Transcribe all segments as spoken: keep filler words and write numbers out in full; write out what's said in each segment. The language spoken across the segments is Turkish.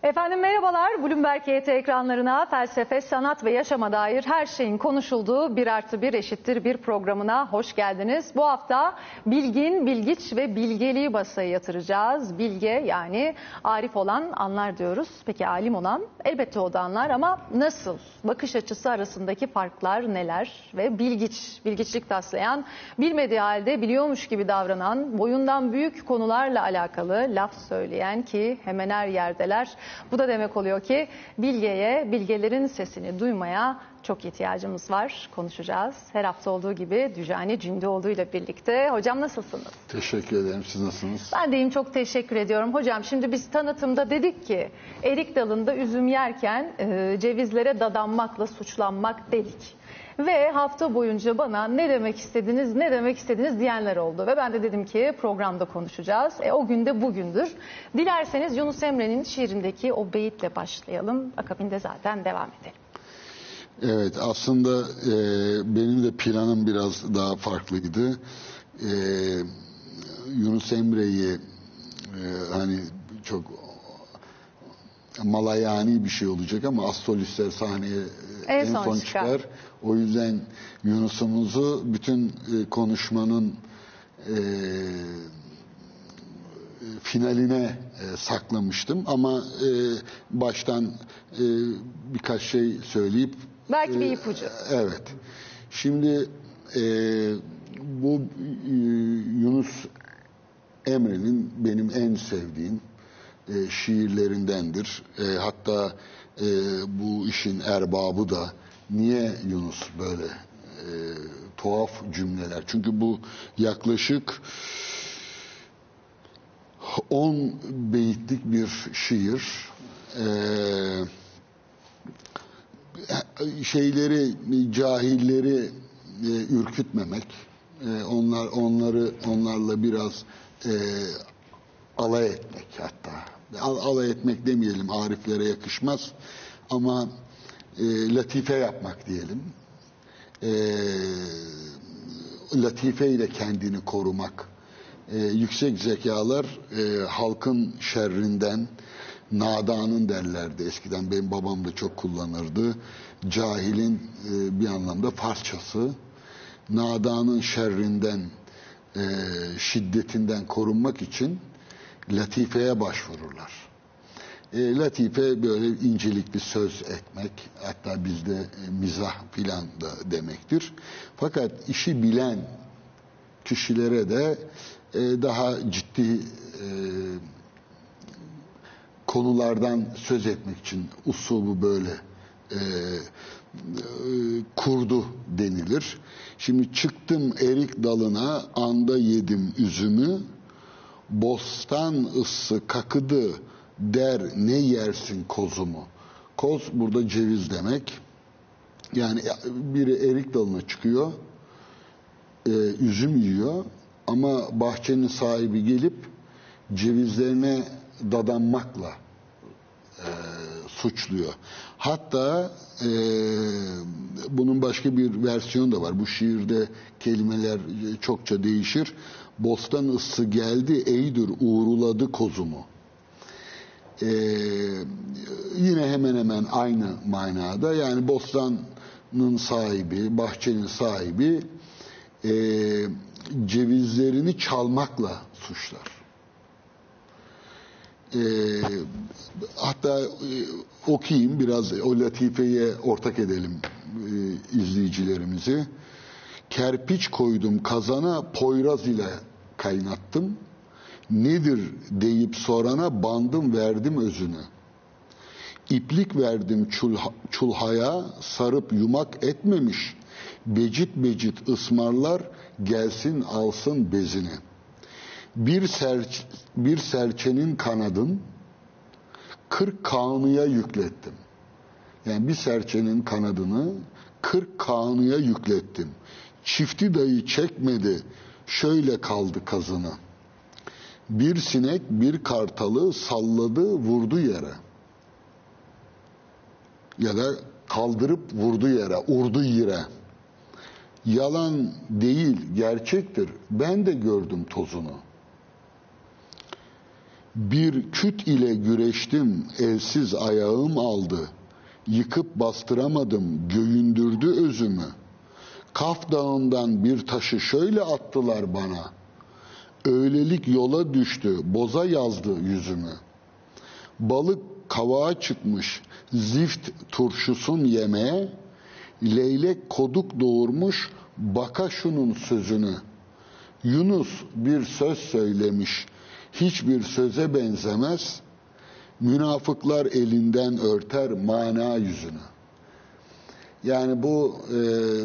Efendim merhabalar. Bloomberg Y T ekranlarına felsefe, sanat ve yaşama dair her şeyin konuşulduğu bir artı bir eşittir bir programına hoş geldiniz. Bu hafta bilgin, bilgiç ve bilgeliği masaya yatıracağız. Bilge yani arif olan anlar diyoruz. Peki alim olan? Elbette o da anlar ama nasıl? Bakış açısı arasındaki farklar neler? Ve bilgiç, bilgiçlik taslayan, bilmediği halde biliyormuş gibi davranan, boyundan büyük konularla alakalı laf söyleyen ki hemen her yerdeler. Bu da demek oluyor ki bilgeye, bilgelerin sesini duymaya çok ihtiyacımız var. Konuşacağız. Her hafta olduğu gibi Düjani Cündioğlu ile birlikte. Hocam nasılsınız? Teşekkür ederim. Siz nasılsınız? Ben deyim çok teşekkür ediyorum. Hocam şimdi biz tanıtımda dedik ki erik dalında üzüm yerken e, cevizlere dadanmakla suçlanmak dedik. Ve hafta boyunca bana ne demek istediniz, ne demek istediniz diyenler oldu. Ve ben de dedim ki programda konuşacağız. E, o gün de bugündür. Dilerseniz Yunus Emre'nin şiirindeki o beyitle başlayalım. Akabinde zaten devam edelim. Evet, aslında e, benim de planım biraz daha farklıydı. E, Yunus Emre'yi e, hani çok malayani bir şey olacak ama astrolistler sahneye en, en son, son çıkar. çıkar. O yüzden Yunus'umuzu bütün e, konuşmanın e, finaline e, saklamıştım ama e, baştan e, birkaç şey söyleyip belki bir ipucu. E, evet. Şimdi e, bu e, Yunus Emre'nin benim en sevdiğim e, şiirlerindendir. E, hatta e, bu işin erbabı da niye Yunus böyle e, tuhaf cümleler? Çünkü bu yaklaşık on beyitlik bir şiir. Ee, şeyleri, cahilleri e, ürkütmemek, e, onlar onları onlarla biraz e, alay etmek hatta. Al, alay etmek demeyelim, ariflere yakışmaz. Ama e, latife yapmak diyelim. E, latife ile kendini korumak. Ee, yüksek zekalar e, halkın şerrinden, nadanın derlerdi eskiden. Benim babam da çok kullanırdı. Cahilin e, bir anlamda parçası. Nadanın şerrinden, e, şiddetinden korunmak için latifeye başvururlar. E, latife böyle incelikli söz etmek, hatta bizde e, mizah filan da demektir. Fakat işi bilen kişilere de daha ciddi e, konulardan söz etmek için usubu böyle e, e, kurdu denilir. Şimdi çıktım erik dalına, anda yedim üzümü, bostan ıssı kakıdı der ne yersin kozumu. Koz burada ceviz demek. Yani biri erik dalına çıkıyor, e, üzüm yiyor. Ama bahçenin sahibi gelip cevizlerine dadanmakla e, suçluyor. Hatta e, bunun başka bir versiyonu da var. Bu şiirde kelimeler çokça değişir. Bostan ıssı geldi eydir uğruladı kozumu. E, yine hemen hemen aynı manada. Yani bostanın sahibi, bahçenin sahibi e, cevizlerini çalmakla suçlar. Ee, hatta e, okuyayım biraz, o latifeye ortak edelim e, izleyicilerimizi. Kerpiç koydum kazana, poyraz ile kaynattım. Nedir deyip sorana bandım verdim özünü. İplik verdim çul, çulhaya, sarıp yumak etmemiş. Becit becit ısmarlar, gelsin alsın bezini. Bir, serç, bir serçenin kanadın kırk kanıya yüklettim. Yani bir serçenin kanadını kırk kanıya yüklettim. Çifti dayı çekmedi, şöyle kaldı kazını. Bir sinek bir kartalı salladı vurdu yere. Ya da kaldırıp vurdu yere, urdu yere. Yalan değil, gerçektir. Ben de gördüm tozunu. Bir küt ile güreştim, elsiz ayağım aldı. Yıkıp bastıramadım, göğündürdü özümü. Kaf Dağı'ndan bir taşı şöyle attılar bana. Öylelik yola düştü, boza yazdı yüzümü. Balık kavağa çıkmış, zift turşusun yemeğe. Leylek koduk doğurmuş, baka şunun sözünü. Yunus bir söz söylemiş, hiçbir söze benzemez. Münafıklar elinden örter mana yüzünü. Yani bu e,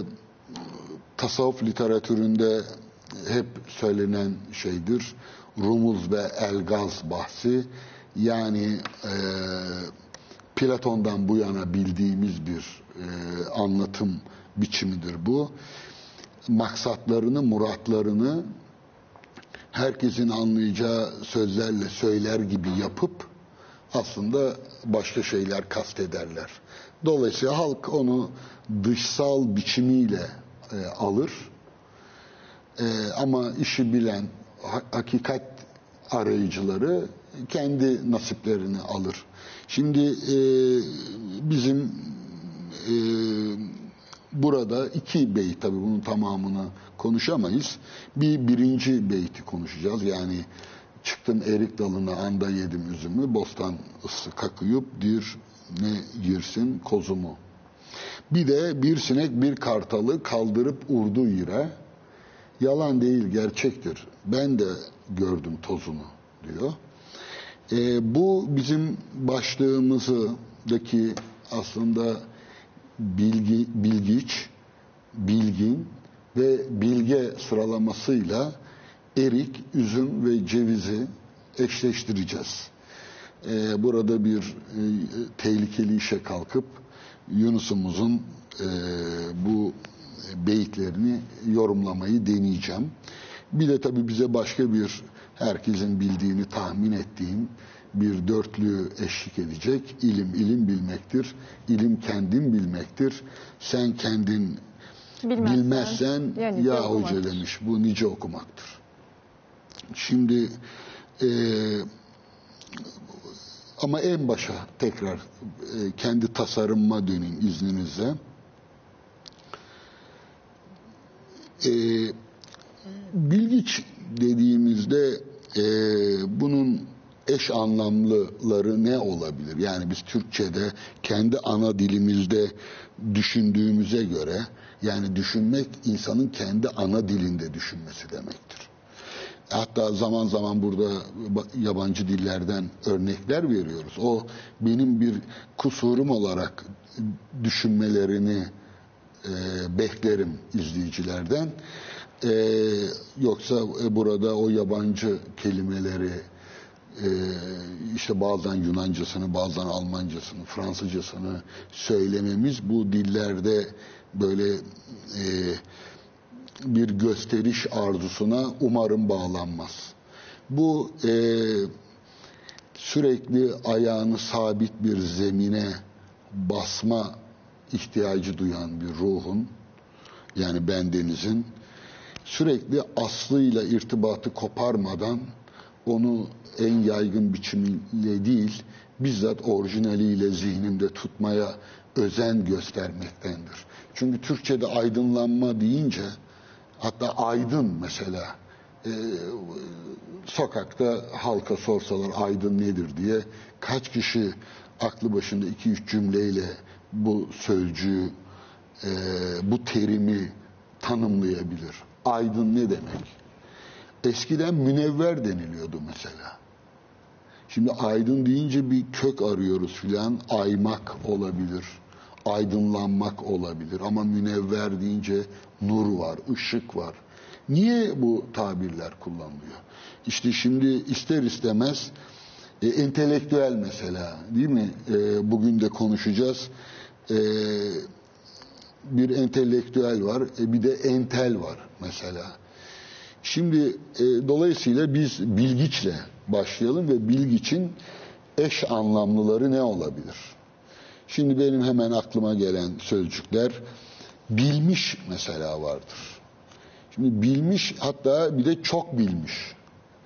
tasavvuf literatüründe hep söylenen şeydir. Rumuz ve elgaz bahsi. Yani e, Platon'dan bu yana bildiğimiz bir e, anlatım biçimidir bu. Maksatlarını, muratlarını herkesin anlayacağı sözlerle söyler gibi yapıp aslında başka şeyler kastederler. Dolayısıyla halk onu dışsal biçimiyle e, alır. E, ama işi bilen ha- hakikat arayıcıları kendi nasiplerini alır. Şimdi e, bizim e, burada iki beyt, tabii bunun tamamını konuşamayız. Bir birinci beyti konuşacağız. Yani çıktım erik dalına anda yedim üzümü, bostan ısı kakıyıp dir ne girsin kozumu. Bir de bir sinek bir kartalı kaldırıp urdu yere. Yalan değil gerçektir. Ben de gördüm tozunu diyor. E, bu bizim başlığımızdaki aslında bilgi, bilgiç, bilgin ve bilge sıralamasıyla erik, üzüm ve cevizi eşleştireceğiz. Ee, burada bir e, tehlikeli işe kalkıp Yunus'umuzun e, bu beyitlerini yorumlamayı deneyeceğim. Bir de tabii bize başka bir, herkesin bildiğini tahmin ettiğim bir dörtlü eşlik edecek. İlim, ilim bilmektir. İlim kendin bilmektir. Sen kendin bilmezsen, bilmezsen yani ya hoca demiş. Bu nice okumaktır. Şimdi e, ama en başa tekrar e, kendi tasarımıma döneyim izninizle. E, bilgiç dediğimizde e, bunun eş anlamlıları ne olabilir? Yani biz Türkçe'de kendi ana dilimizde düşündüğümüze göre, yani düşünmek insanın kendi ana dilinde düşünmesi demektir. Hatta zaman zaman burada yabancı dillerden örnekler veriyoruz. O benim bir kusurum olarak düşünmelerini e, beklerim izleyicilerden. E, yoksa burada o yabancı kelimeleri e, işte bazen Yunancasını, bazen Almancasını, Fransızcasını söylememiz bu dillerde böyle e, bir gösteriş arzusuna umarım bağlanmaz. Bu e, sürekli ayağını sabit bir zemine basma ihtiyacı duyan bir ruhun, yani bendenizin sürekli aslıyla irtibatı koparmadan onu en yaygın biçimiyle değil, bizzat orijinaliyle zihnimde tutmaya özen göstermektendir. Çünkü Türkçe'de aydınlanma deyince, hatta aydın mesela, e, sokakta halka sorsalar aydın nedir diye kaç kişi aklı başında iki üç cümleyle bu sözcüğü, e, bu terimi tanımlayabilir. Aydın ne demek? Eskiden münevver deniliyordu mesela. Şimdi aydın deyince bir kök arıyoruz filan. Aymak olabilir, aydınlanmak olabilir. Ama münevver deyince nur var, ışık var. Niye bu tabirler kullanılıyor? İşte şimdi ister istemez e, entelektüel mesela, değil mi? E, bugün de konuşacağız. E, bir entelektüel var, e, bir de entel var mesela. Şimdi e, dolayısıyla biz bilgiçle başlayalım ve bilgiçin eş anlamlıları ne olabilir? Şimdi benim hemen aklıma gelen sözcükler, bilmiş mesela vardır. Şimdi bilmiş, hatta bir de çok bilmiş.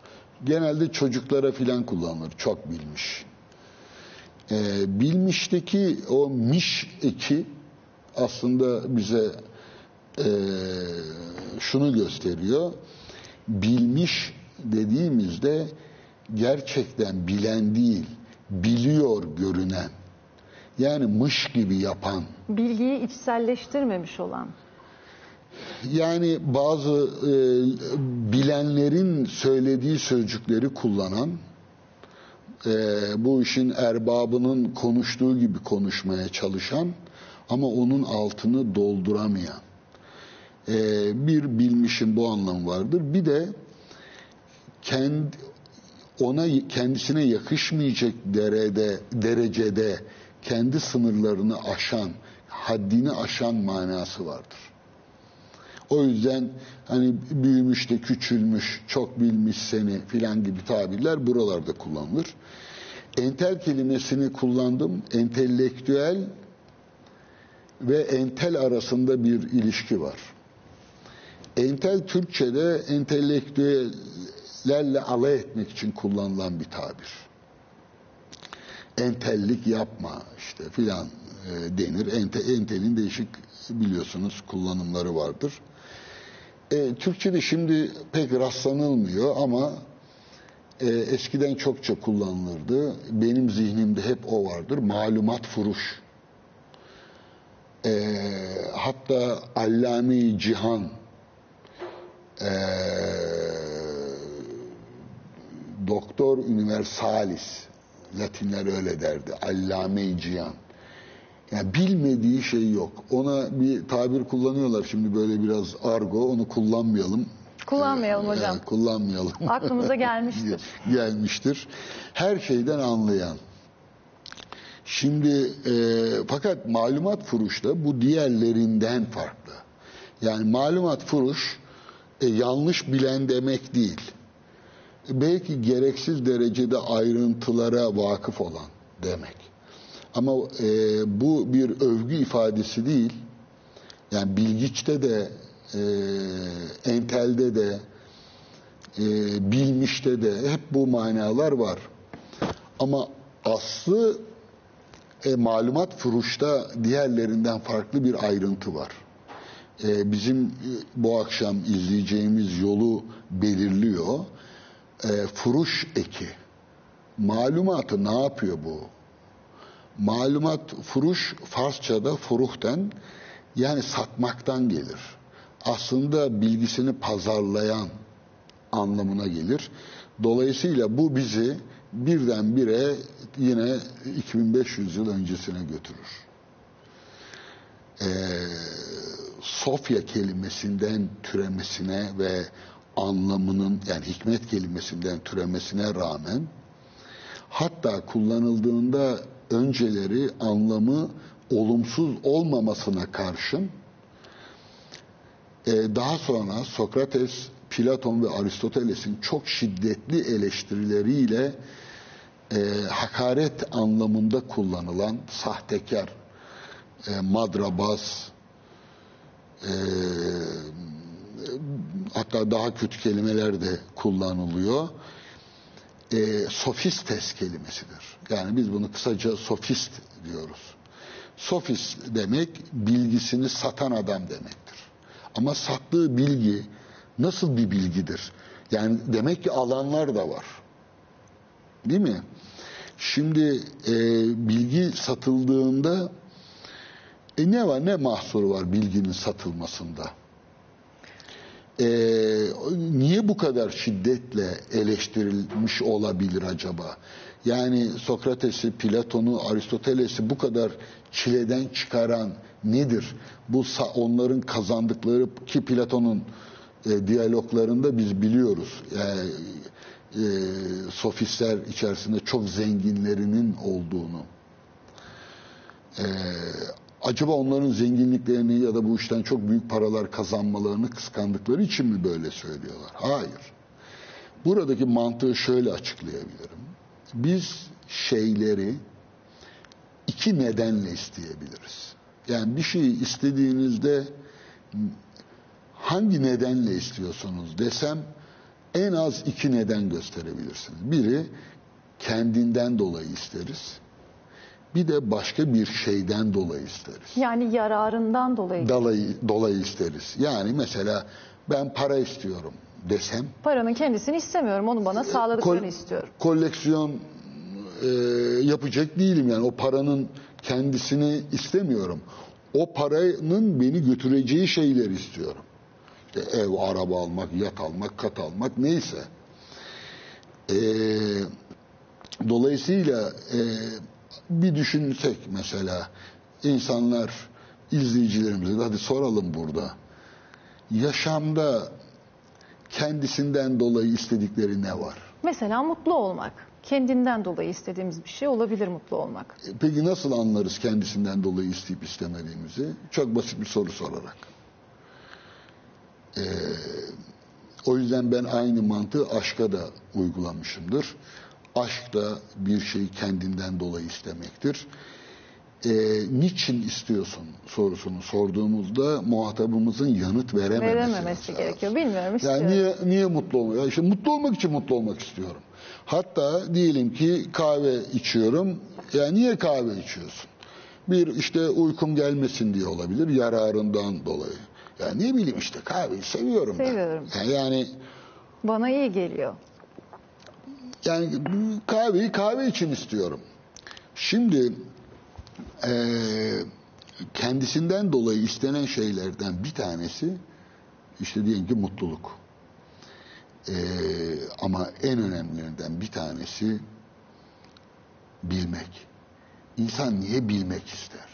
genelde çocuklara filan kullanılır. Çok bilmiş. Ee, bilmişteki o miş eki aslında bize e, şunu gösteriyor. Bilmiş dediğimizde gerçekten bilen değil, biliyor görünen. Yani mış gibi yapan. Bilgiyi içselleştirmemiş olan. Yani bazı e, bilenlerin söylediği sözcükleri kullanan, e, bu işin erbabının konuştuğu gibi konuşmaya çalışan ama onun altını dolduramayan e, bir bilmişin bu anlamı vardır. Bir de kendi, ona kendisine yakışmayacak derede, derecede kendi sınırlarını aşan, haddini aşan manası vardır. O yüzden hani büyümüş de küçülmüş, çok bilmiş seni filan gibi tabirler buralarda kullanılır. Entel kelimesini kullandım. Entelektüel ve entel arasında bir ilişki var. Entel Türkçe'de entelektüellerle alay etmek için kullanılan bir tabir. Entellik yapma işte filan e, denir. Ente, entelin değişik biliyorsunuz kullanımları vardır. E, Türkçe'de şimdi pek rastlanılmıyor ama e, eskiden çokça kullanılırdı. Benim zihnimde hep o vardır. Malumat furuş. E, hatta Allame-i Cihan e, Doktor Universalis, Latinler öyle derdi. Allame-i Cihan. Yani bilmediği şey yok. Ona bir tabir kullanıyorlar şimdi böyle biraz argo. Onu kullanmayalım. Kullanmayalım ee, hocam. E, kullanmayalım. Aklımıza gelmiştir. Gelmiştir. Her şeyden anlayan. Şimdi e, fakat malumat furuşta bu diğerlerinden farklı. Yani malumat furuş e, yanlış bilen demek değil. Belki gereksiz derecede ayrıntılara vakıf olan demek. Ama e, bu bir övgü ifadesi değil. Yani bilgiçte de, e, entelde de, e, bilmişte de hep bu manalar var. Ama aslı e, malumat furuşta diğerlerinden farklı bir ayrıntı var. E, bizim e, bu akşam izleyeceğimiz yolu belirliyor. E, furuş eki. Malumatı ne yapıyor bu? Malumat furuş Farsçada furuhten yani satmaktan gelir. Aslında bilgisini pazarlayan anlamına gelir. Dolayısıyla bu bizi birdenbire yine iki bin beş yüz yıl öncesine götürür. Ee, Sofya kelimesinden türemesine ve anlamının yani hikmet kelimesinden türemesine rağmen hatta kullanıldığında önceleri anlamı olumsuz olmamasına karşın e, daha sonra Sokrates, Platon ve Aristoteles'in çok şiddetli eleştirileriyle e, hakaret anlamında kullanılan sahtekar, e, madrabaz, e, hatta daha kötü kelimeler de kullanılıyor. E, sofistes kelimesidir. Yani biz bunu kısaca sofist diyoruz. Sofist demek bilgisini satan adam demektir. Ama sattığı bilgi nasıl bir bilgidir? Yani demek ki alanlar da var. Değil mi? Şimdi e, bilgi satıldığında e, ne var? Ne mahsuru var bilginin satılmasında? Ee, niye bu kadar şiddetle eleştirilmiş olabilir acaba? Yani Sokrates'i, Platon'u, Aristoteles'i bu kadar çileden çıkaran nedir? Bu onların kazandıkları ki Platon'un e, diyaloglarında biz biliyoruz. Yani, e, sofistler içerisinde çok zenginlerinin olduğunu. E, Acaba onların zenginliklerini ya da bu işten çok büyük paralar kazanmalarını kıskandıkları için mi böyle söylüyorlar? Hayır. Buradaki mantığı şöyle açıklayabilirim. Biz şeyleri iki nedenle isteyebiliriz. Yani bir şeyi istediğinizde hangi nedenle istiyorsunuz desem en az iki neden gösterebilirsiniz. Biri kendinden dolayı isteriz. Bir de başka bir şeyden dolayı isteriz. Yani yararından dolayı. Dolayı, dolayı isteriz. Yani mesela ben para istiyorum desem. Paranın kendisini istemiyorum. Onu bana sağladıklarını kol, istiyorum. Koleksiyon e, yapacak değilim yani. O paranın kendisini istemiyorum. O paranın beni götüreceği şeyleri istiyorum. İşte ev, araba almak, yat almak, kat almak neyse. E, dolayısıyla e, bir düşünsek mesela insanlar, izleyicilerimize hadi soralım burada. Yaşamda kendisinden dolayı istedikleri ne var? Mesela mutlu olmak. Kendinden dolayı istediğimiz bir şey olabilir mutlu olmak. Peki nasıl anlarız kendisinden dolayı isteyip istemediğimizi? Çok basit bir soru sorarak. Ee, o yüzden ben aynı mantığı aşka da uygulamışımdır. Aşk da bir şeyi kendinden dolayı istemektir. Ee, niçin istiyorsun sorusunu sorduğumuzda muhatabımızın yanıt verememesi, verememesi gerekiyor. Bilmiyorum, istiyorum. Yani niye, niye mutlu olmuyor? İşte mutlu olmak için mutlu olmak istiyorum. Hatta diyelim ki kahve içiyorum. Ya niye kahve içiyorsun? Bir işte uykum gelmesin diye olabilir, yararından dolayı. Ya ne bileyim işte kahveyi seviyorum, seviyorum. ben. Yani, yani bana iyi geliyor. Yani kahveyi kahve için istiyorum. Şimdi e, kendisinden dolayı istenen şeylerden bir tanesi işte diyelim ki mutluluk. E, ama en önemlilerinden bir tanesi bilmek. İnsan niye bilmek ister?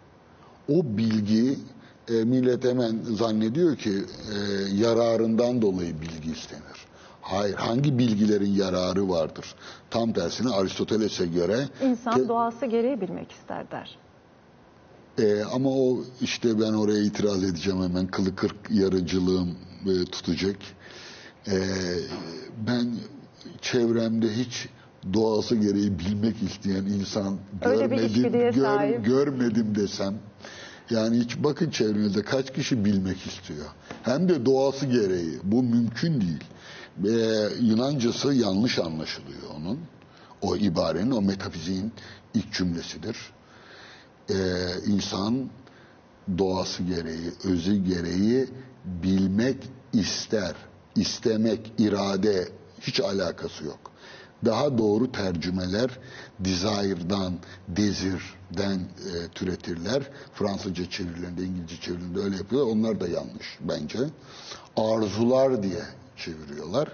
O bilgi e, millet hemen zannediyor ki e, yararından dolayı bilgi istenir. Hayır, hangi bilgilerin yararı vardır? Tam tersine Aristoteles'e göre... İnsan ke- doğası gereği bilmek ister der. E, ama o işte ben oraya itiraz edeceğim hemen. Kılı kırk yarıcılığım e, tutacak. E, ben çevremde hiç doğası gereği bilmek isteyen insan Öyle bir görmedim, içgüdüye gör, sahip. görmedim desem. Yani hiç bakın çevrenizde kaç kişi bilmek istiyor. Hem de doğası gereği. Bu mümkün değil. Ee, Yunancası yanlış anlaşılıyor onun. O ibarenin, o metafiziğin ilk cümlesidir. Ee, insan doğası gereği, özü gereği bilmek ister. İstemek, irade hiç alakası yok. Daha doğru tercümeler desire'dan, desir'den e, türetirler. Fransızca çevirilerinde, İngilizce çevirilerinde öyle yapıyorlar. Onlar da yanlış bence. Arzular diye çeviriyorlar.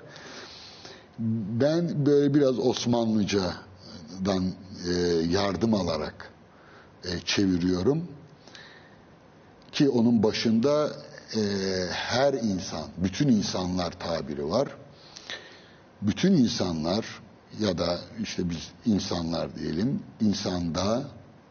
Ben böyle biraz Osmanlıcadan e, yardım alarak e, çeviriyorum. Ki onun başında e, her insan, bütün insanlar tabiri var. Bütün insanlar ya da işte biz insanlar diyelim, insanda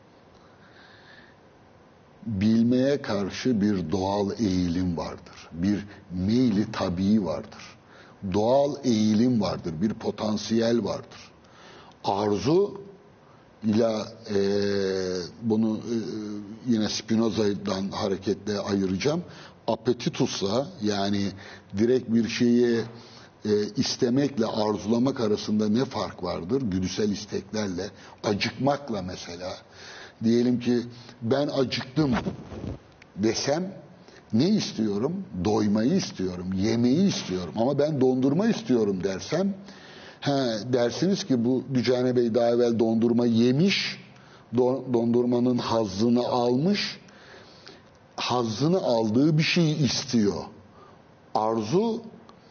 bilmeye karşı bir doğal eğilim vardır. Bir meyli tabii vardır. Doğal eğilim vardır, bir potansiyel vardır. Arzu ila e, bunu e, yine Spinoza'dan hareketle ayıracağım. Appetitusla yani direkt bir şeyi e, istemekle arzulamak arasında ne fark vardır? Güdüsel isteklerle, acıkmakla mesela. Diyelim ki ben acıktım desem ne istiyorum? Doymayı istiyorum, yemeği istiyorum ama ben dondurma istiyorum dersem he, dersiniz ki bu Dücane Bey daha evvel dondurma yemiş, dondurmanın hazzını almış, hazzını aldığı bir şeyi istiyor. Arzu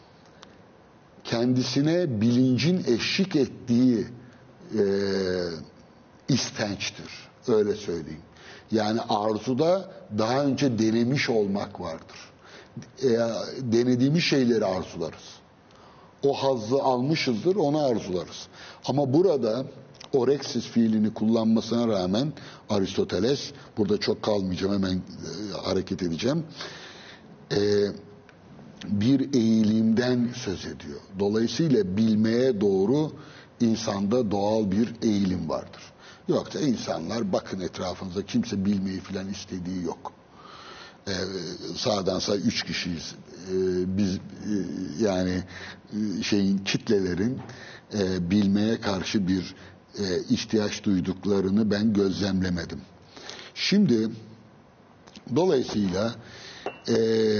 kendisine bilincin eşlik ettiği e, istençtir. Öyle söyleyeyim. Yani arzuda daha önce denemiş olmak vardır. E, denediğimiz şeyleri arzularız. O hazzı almışızdır, onu arzularız. Ama burada orexis fiilini kullanmasına rağmen Aristoteles, burada çok kalmayacağım, hemen e, hareket edeceğim. E, bir eğilimden söz ediyor. Dolayısıyla bilmeye doğru insanda doğal bir eğilim vardır. Yoksa insanlar bakın etrafınıza kimse bilmeyi filan istediği yok. Ee, sağdan sağa üç kişiyiz biz e, yani e, şeyin kitlelerin e, bilmeye karşı bir e, ihtiyaç duyduklarını ben gözlemlemedim. Şimdi dolayısıyla e,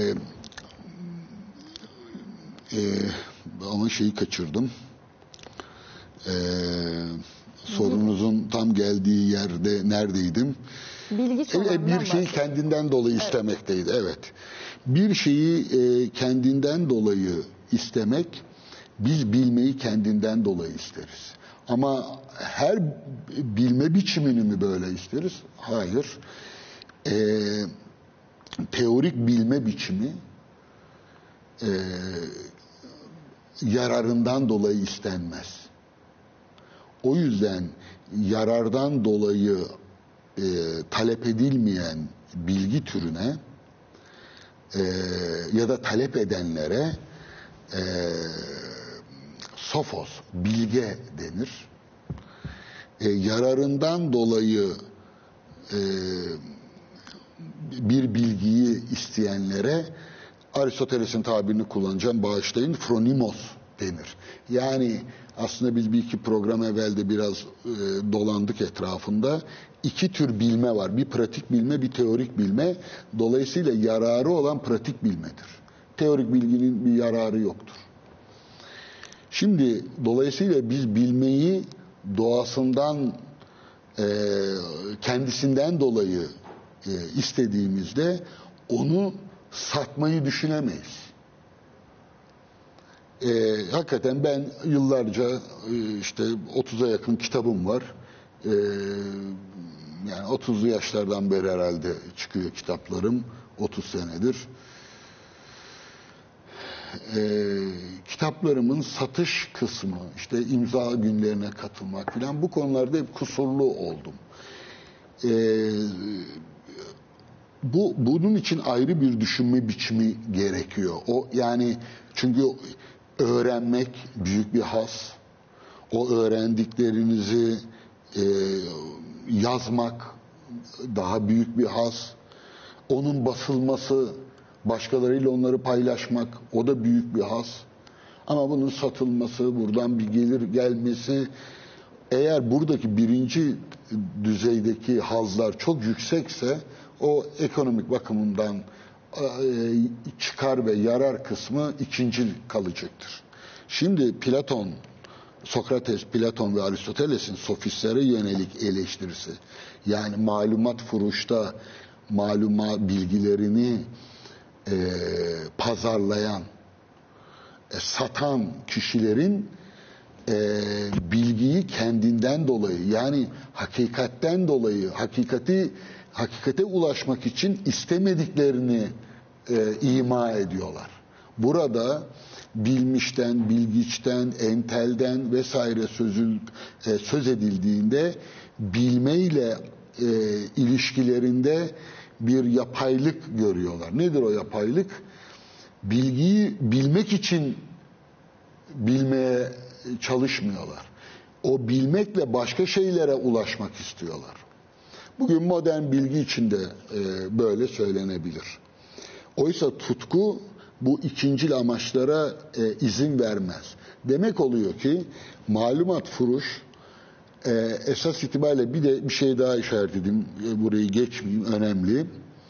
e, ama şeyi kaçırdım. E, sorunuzun tam geldiği yerde neredeydim? Bilgiç E, bir şeyi kendinden dolayı evet. istemekteydi. Evet. Bir şeyi e, kendinden dolayı istemek, biz bilmeyi kendinden dolayı isteriz. Ama her bilme biçimini mi böyle isteriz? Hayır. E, teorik bilme biçimi e, yararından dolayı istenmez. O yüzden yarardan dolayı e, talep edilmeyen bilgi türüne e, ya da talep edenlere e, sofos, bilge denir. E, yararından dolayı e, bir bilgiyi isteyenlere, Aristoteles'in tabirini kullanacağım, bağışlayın, phronimos denir. Yani aslında biz bir iki program evvel de biraz e, dolandık etrafında. İki tür bilme var. Bir pratik bilme, bir teorik bilme. Dolayısıyla yararı olan pratik bilmedir. Teorik bilginin bir yararı yoktur. Şimdi dolayısıyla biz bilmeyi doğasından, e, kendisinden dolayı e, istediğimizde onu satmayı düşünemeyiz. E, hakikaten ben yıllarca e, işte otuza yakın kitabım var. E, yani otuzlu yaşlardan beri herhalde çıkıyor kitaplarım. otuz senedir. E, kitaplarımın satış kısmı, işte imza günlerine katılmak falan, bu konularda hep kusurlu oldum. E, bu bunun için ayrı bir düşünme biçimi gerekiyor. O yani çünkü öğrenmek büyük bir haz. O öğrendiklerinizi e, yazmak daha büyük bir haz. Onun basılması, başkalarıyla onları paylaşmak, o da büyük bir haz. Ama bunun satılması, buradan bir gelir gelmesi, eğer buradaki birinci düzeydeki hazlar çok yüksekse, o ekonomik bakımından çıkar ve yarar kısmı ikincil kalacaktır. Şimdi Platon, Sokrates, Platon ve Aristoteles'in sofistlere yönelik eleştirisi, yani malumat furuşta maluma bilgilerini e, pazarlayan, e, satan kişilerin e, bilgiyi kendinden dolayı, yani hakikatten dolayı, hakikati hakikate ulaşmak için istemediklerini e, ima ediyorlar. Burada bilmişten, bilgiçten, entelden vesaire sözül, e, söz edildiğinde bilmeyle e, ilişkilerinde bir yapaylık görüyorlar. Nedir o yapaylık? Bilgiyi bilmek için bilmeye çalışmıyorlar. O bilmekle başka şeylere ulaşmak istiyorlar. Bugün modern bilgi içinde e, böyle söylenebilir. Oysa tutku bu ikincil amaçlara e, izin vermez. Demek oluyor ki malumat furuş e, esas itibariyle, bir de bir şey daha işaret edeyim, e, burayı geçmeyeyim, önemli.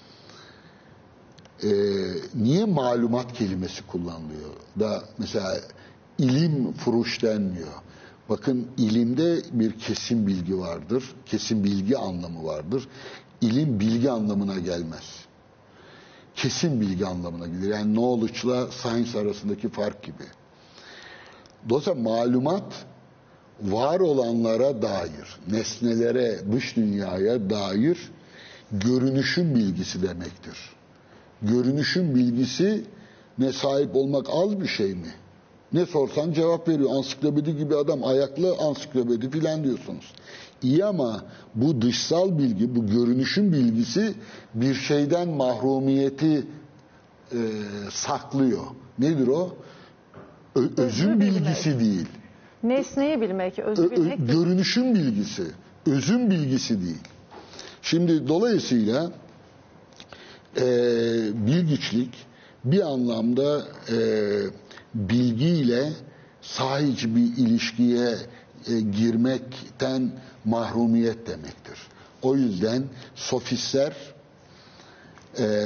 E, niye malumat kelimesi kullanılıyor? Da mesela ilim furuş denmiyor. Bakın, ilimde bir kesin bilgi vardır. Kesin bilgi anlamı vardır. İlim bilgi anlamına gelmez. Kesin bilgi anlamına gelir. Yani knowledge'la science arasındaki fark gibi. Dolayısıyla malumat var olanlara dair, nesnelere, dış dünyaya dair görünüşün bilgisi demektir. Görünüşün bilgisi ne, sahip olmak az bir şey mi? Ne sorsan cevap veriyor. Ansiklopedi gibi adam, ayaklı ansiklopedi filan diyorsunuz. İyi, ama bu dışsal bilgi, bu görünüşün bilgisi bir şeyden mahrumiyeti e, saklıyor. Nedir o? Ö, özün bilgisi bilmek değil. Nesneyi bilmek, özü bilmek Ö, ö, görünüşün bilgisi, özün bilgisi değil. Şimdi dolayısıyla e, bilgiçlik bir anlamda e, bilgiyle sahici bir ilişkiye e, girmekten mahrumiyet demektir. O yüzden sofistler e,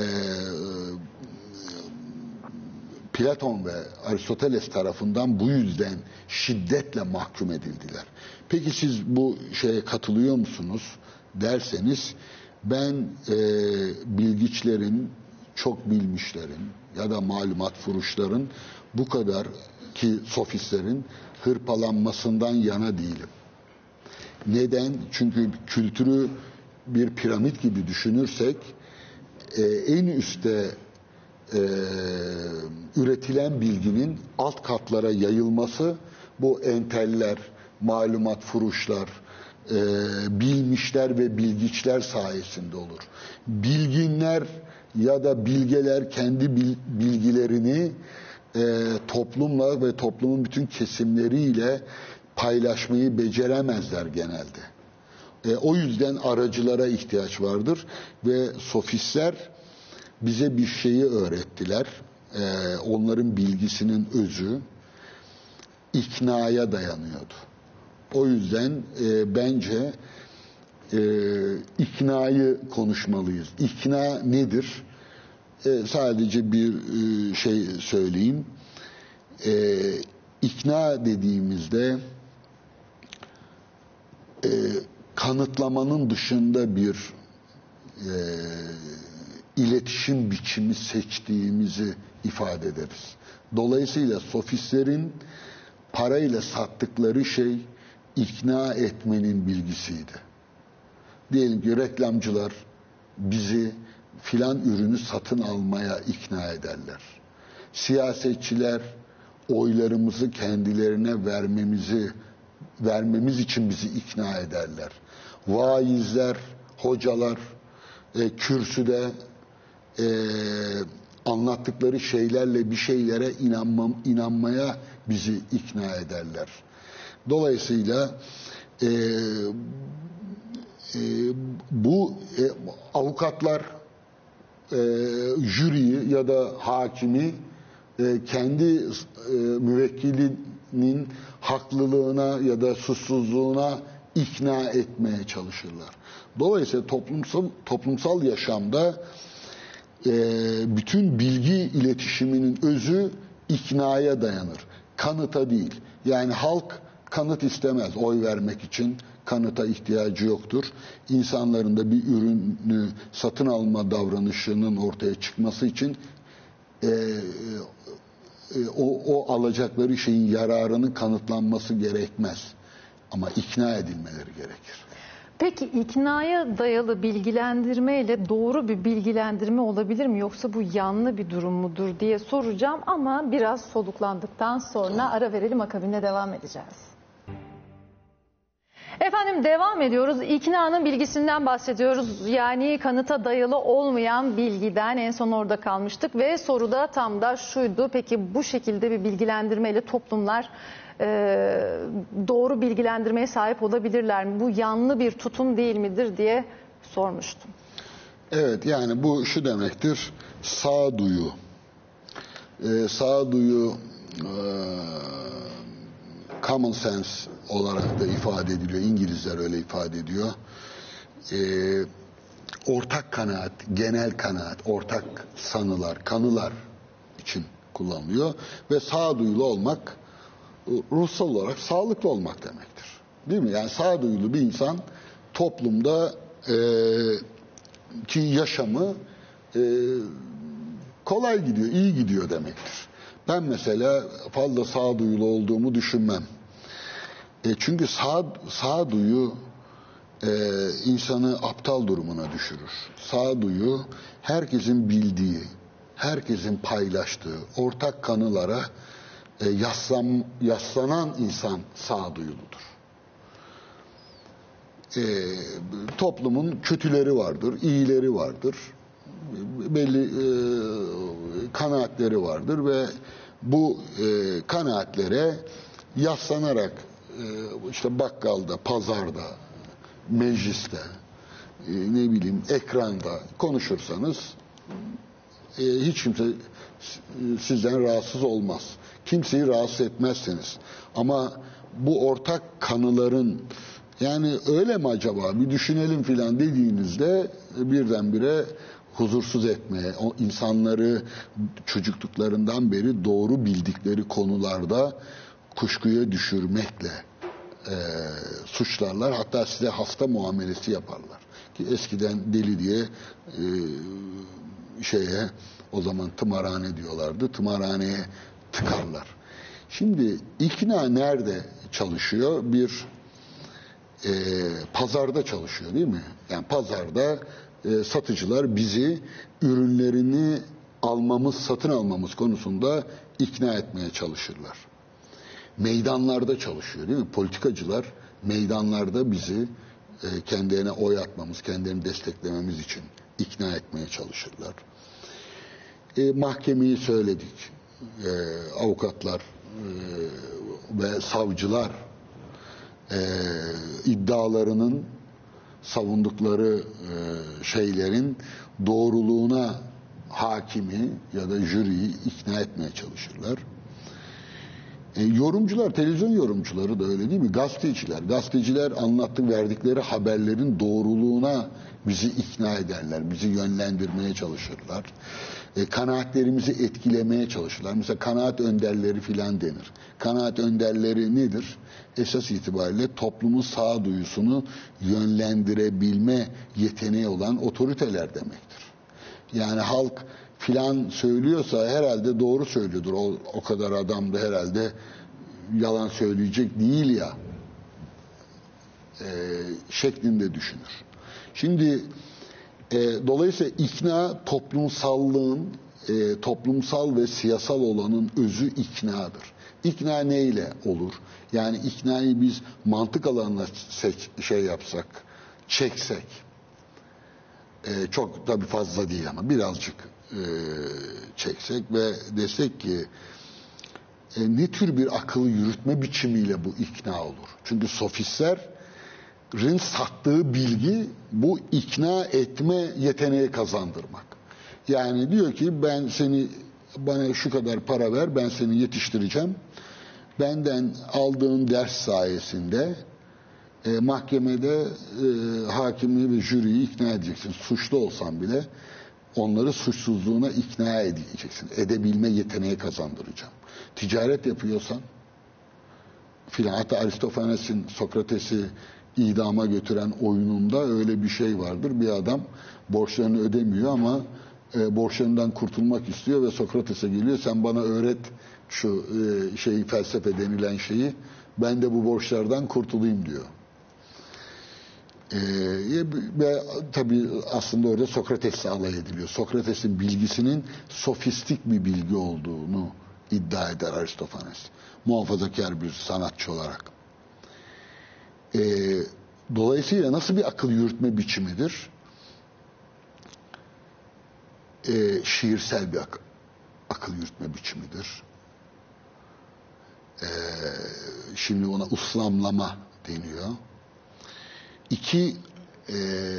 Platon ve Aristoteles tarafından bu yüzden şiddetle mahkum edildiler. Peki siz bu şeye katılıyor musunuz derseniz, ben e, bilgiçlerin, çok bilmişlerin ya da malumat furuşların bu kadar ki sofistlerin hırpalanmasından yana değilim. Neden? Çünkü kültürü bir piramit gibi düşünürsek e, en üstte e, üretilen bilginin alt katlara yayılması bu enteller, malumat furuşlar, e, bilmişler ve bilgiçler sayesinde olur. Bilginler ya da bilgeler kendi bilgilerini e, toplumla ve toplumun bütün kesimleriyle paylaşmayı beceremezler genelde. E, o yüzden aracılara ihtiyaç vardır ve sofistler bize bir şeyi öğrettiler. E, onların bilgisinin özü iknaya dayanıyordu. O yüzden e, bence e, iknayı konuşmalıyız. İkna nedir? E, sadece bir e, şey söyleyeyim. E, ikna dediğimizde e, kanıtlamanın dışında bir e, iletişim biçimi seçtiğimizi ifade ederiz. Dolayısıyla sofistlerin parayla sattıkları şey ikna etmenin bilgisiydi. Diyelim ki reklamcılar bizi filan ürünü satın almaya ikna ederler. Siyasetçiler oylarımızı kendilerine vermemizi vermemiz için bizi ikna ederler. Vaizler, hocalar e, kürsüde e, anlattıkları şeylerle bir şeylere inanmam, inanmaya bizi ikna ederler. Dolayısıyla e, e, bu e, avukatlar e, jüriyi ya da hakimi e, kendi e, müvekkilinin haklılığına ya da suçsuzluğuna ikna etmeye çalışırlar. Dolayısıyla toplumsal toplumsal yaşamda e, bütün bilgi iletişiminin özü iknaya dayanır. Kanıta değil. Yani halk kanıt istemez oy vermek için. Kanıta ihtiyacı yoktur. İnsanların da bir ürünü satın alma davranışının ortaya çıkması için e, e, o, o alacakları şeyin yararının kanıtlanması gerekmez. Ama ikna edilmeleri gerekir. Peki iknaya dayalı bilgilendirmeyle doğru bir bilgilendirme olabilir mi? Yoksa bu yanlı bir durum mudur diye soracağım ama biraz soluklandıktan sonra ara verelim, akabinde devam edeceğiz. Efendim devam ediyoruz. İknanın bilgisinden bahsediyoruz. Yani kanıta dayalı olmayan bilgiden en son orada kalmıştık ve soruda tam da şuydu. Peki bu şekilde bir bilgilendirmeyle toplumlar e, doğru bilgilendirmeye sahip olabilirler mi? Bu yanlı bir tutum değil midir diye sormuştum. Evet, yani bu şu demektir. Sağduyu. Ee, sağduyu e, common sense olarak da ifade ediliyor. İngilizler öyle ifade ediyor. Ee, ortak kanaat, genel kanaat, ortak sanılar, kanılar için kullanılıyor. Ve sağduyulu olmak, ruhsal olarak sağlıklı olmak demektir. Değil mi? Yani sağduyulu bir insan toplumda e, ki yaşamı e, kolay gidiyor, iyi gidiyor demektir. Ben mesela fazla sağduyulu olduğumu düşünmem. E çünkü sağ, sağduyu e, insanı aptal durumuna düşürür. Sağduyu herkesin bildiği, herkesin paylaştığı ortak kanılara e, yaslan, yaslanan insan sağduyuludur. E, toplumun kötüleri vardır, iyileri vardır. Belli e, kanaatleri vardır ve bu e, kanaatlere yaslanarak e, işte bakkalda, pazarda, mecliste, e, ne bileyim ekranda konuşursanız e, hiç kimse sizden rahatsız olmaz. Kimseyi rahatsız etmezseniz. Ama bu ortak kanıların, yani öyle mi acaba bir düşünelim filan dediğinizde birdenbire huzursuz etmeye, o insanları çocukluklarından beri doğru bildikleri konularda kuşkuya düşürmekle e, suçlarlar. Hatta size hasta muamelesi yaparlar. Ki eskiden deli diye e, şeye, o zaman tımarhane diyorlardı. Tımarhaneye tıkarlar. Şimdi ikna nerede çalışıyor? Bir e, pazarda çalışıyor, değil mi? Yani pazarda e, satıcılar bizi ürünlerini almamız, satın almamız konusunda ikna etmeye çalışırlar. Meydanlarda çalışıyor, değil mi? Politikacılar meydanlarda bizi e, kendilerine oy atmamız, kendilerini desteklememiz için ikna etmeye çalışırlar. E, mahkemeyi söyledik. E, avukatlar e, ve savcılar e, iddialarının, savundukları e, şeylerin doğruluğuna hakimi ya da jüriyi ikna etmeye çalışırlar. E, yorumcular, televizyon yorumcuları da öyle, değil mi? Gazeteciler, gazeteciler anlattık, verdikleri haberlerin doğruluğuna bizi ikna ederler, bizi yönlendirmeye çalışırlar. E, kanaatlerimizi etkilemeye çalışırlar. Mesela kanaat önderleri filan denir. Kanaat önderleri nedir? Esas itibariyle toplumun sağduyusunu yönlendirebilme yeteneği olan otoriteler demektir. Yani halk filan söylüyorsa herhalde doğru söylüyordur. O, o kadar adam da herhalde yalan söyleyecek değil ya e, şeklinde düşünür. Şimdi e, dolayısıyla ikna toplumsallığın, e, toplumsal ve siyasal olanın özü iknadır. İkna neyle olur? Yani iknayı biz mantık alanına seç, şey yapsak, çeksek, e, çok tabii fazla değil ama birazcık e, çeksek ve desek ki e, ne tür bir akıl yürütme biçimiyle bu ikna olur? Çünkü sofistlerin sattığı bilgi bu ikna etme yeteneği kazandırmak. Yani diyor ki ben seni, bana şu kadar para ver, ben seni yetiştireceğim. Benden aldığın ders sayesinde e, mahkemede e, hakimi ve jüriyi ikna edeceksin. Suçlu olsan bile onları suçsuzluğuna ikna edeceksin. Edebilme yeteneği kazandıracağım. Ticaret yapıyorsan filan, hatta Aristofanes'in Sokrates'i idama götüren oyununda öyle bir şey vardır. Bir adam borçlarını ödemiyor ama e, borçlarından kurtulmak istiyor ve Sokrates'e geliyor. Sen bana öğret şu e, şeyi, felsefe denilen şeyi. Ben de bu borçlardan kurtulayım diyor. E, ve tabii aslında orada Sokrates'le alay ediliyor. Sokrates'in bilgisinin sofistik bir bilgi olduğunu iddia eder Aristofanes. Muhafazakar bir sanatçı olarak. E, dolayısıyla nasıl bir akıl yürütme biçimidir? E, şiirsel bir ak akıl yürütme biçimidir. E, şimdi ona uslamlama deniyor. İki, e,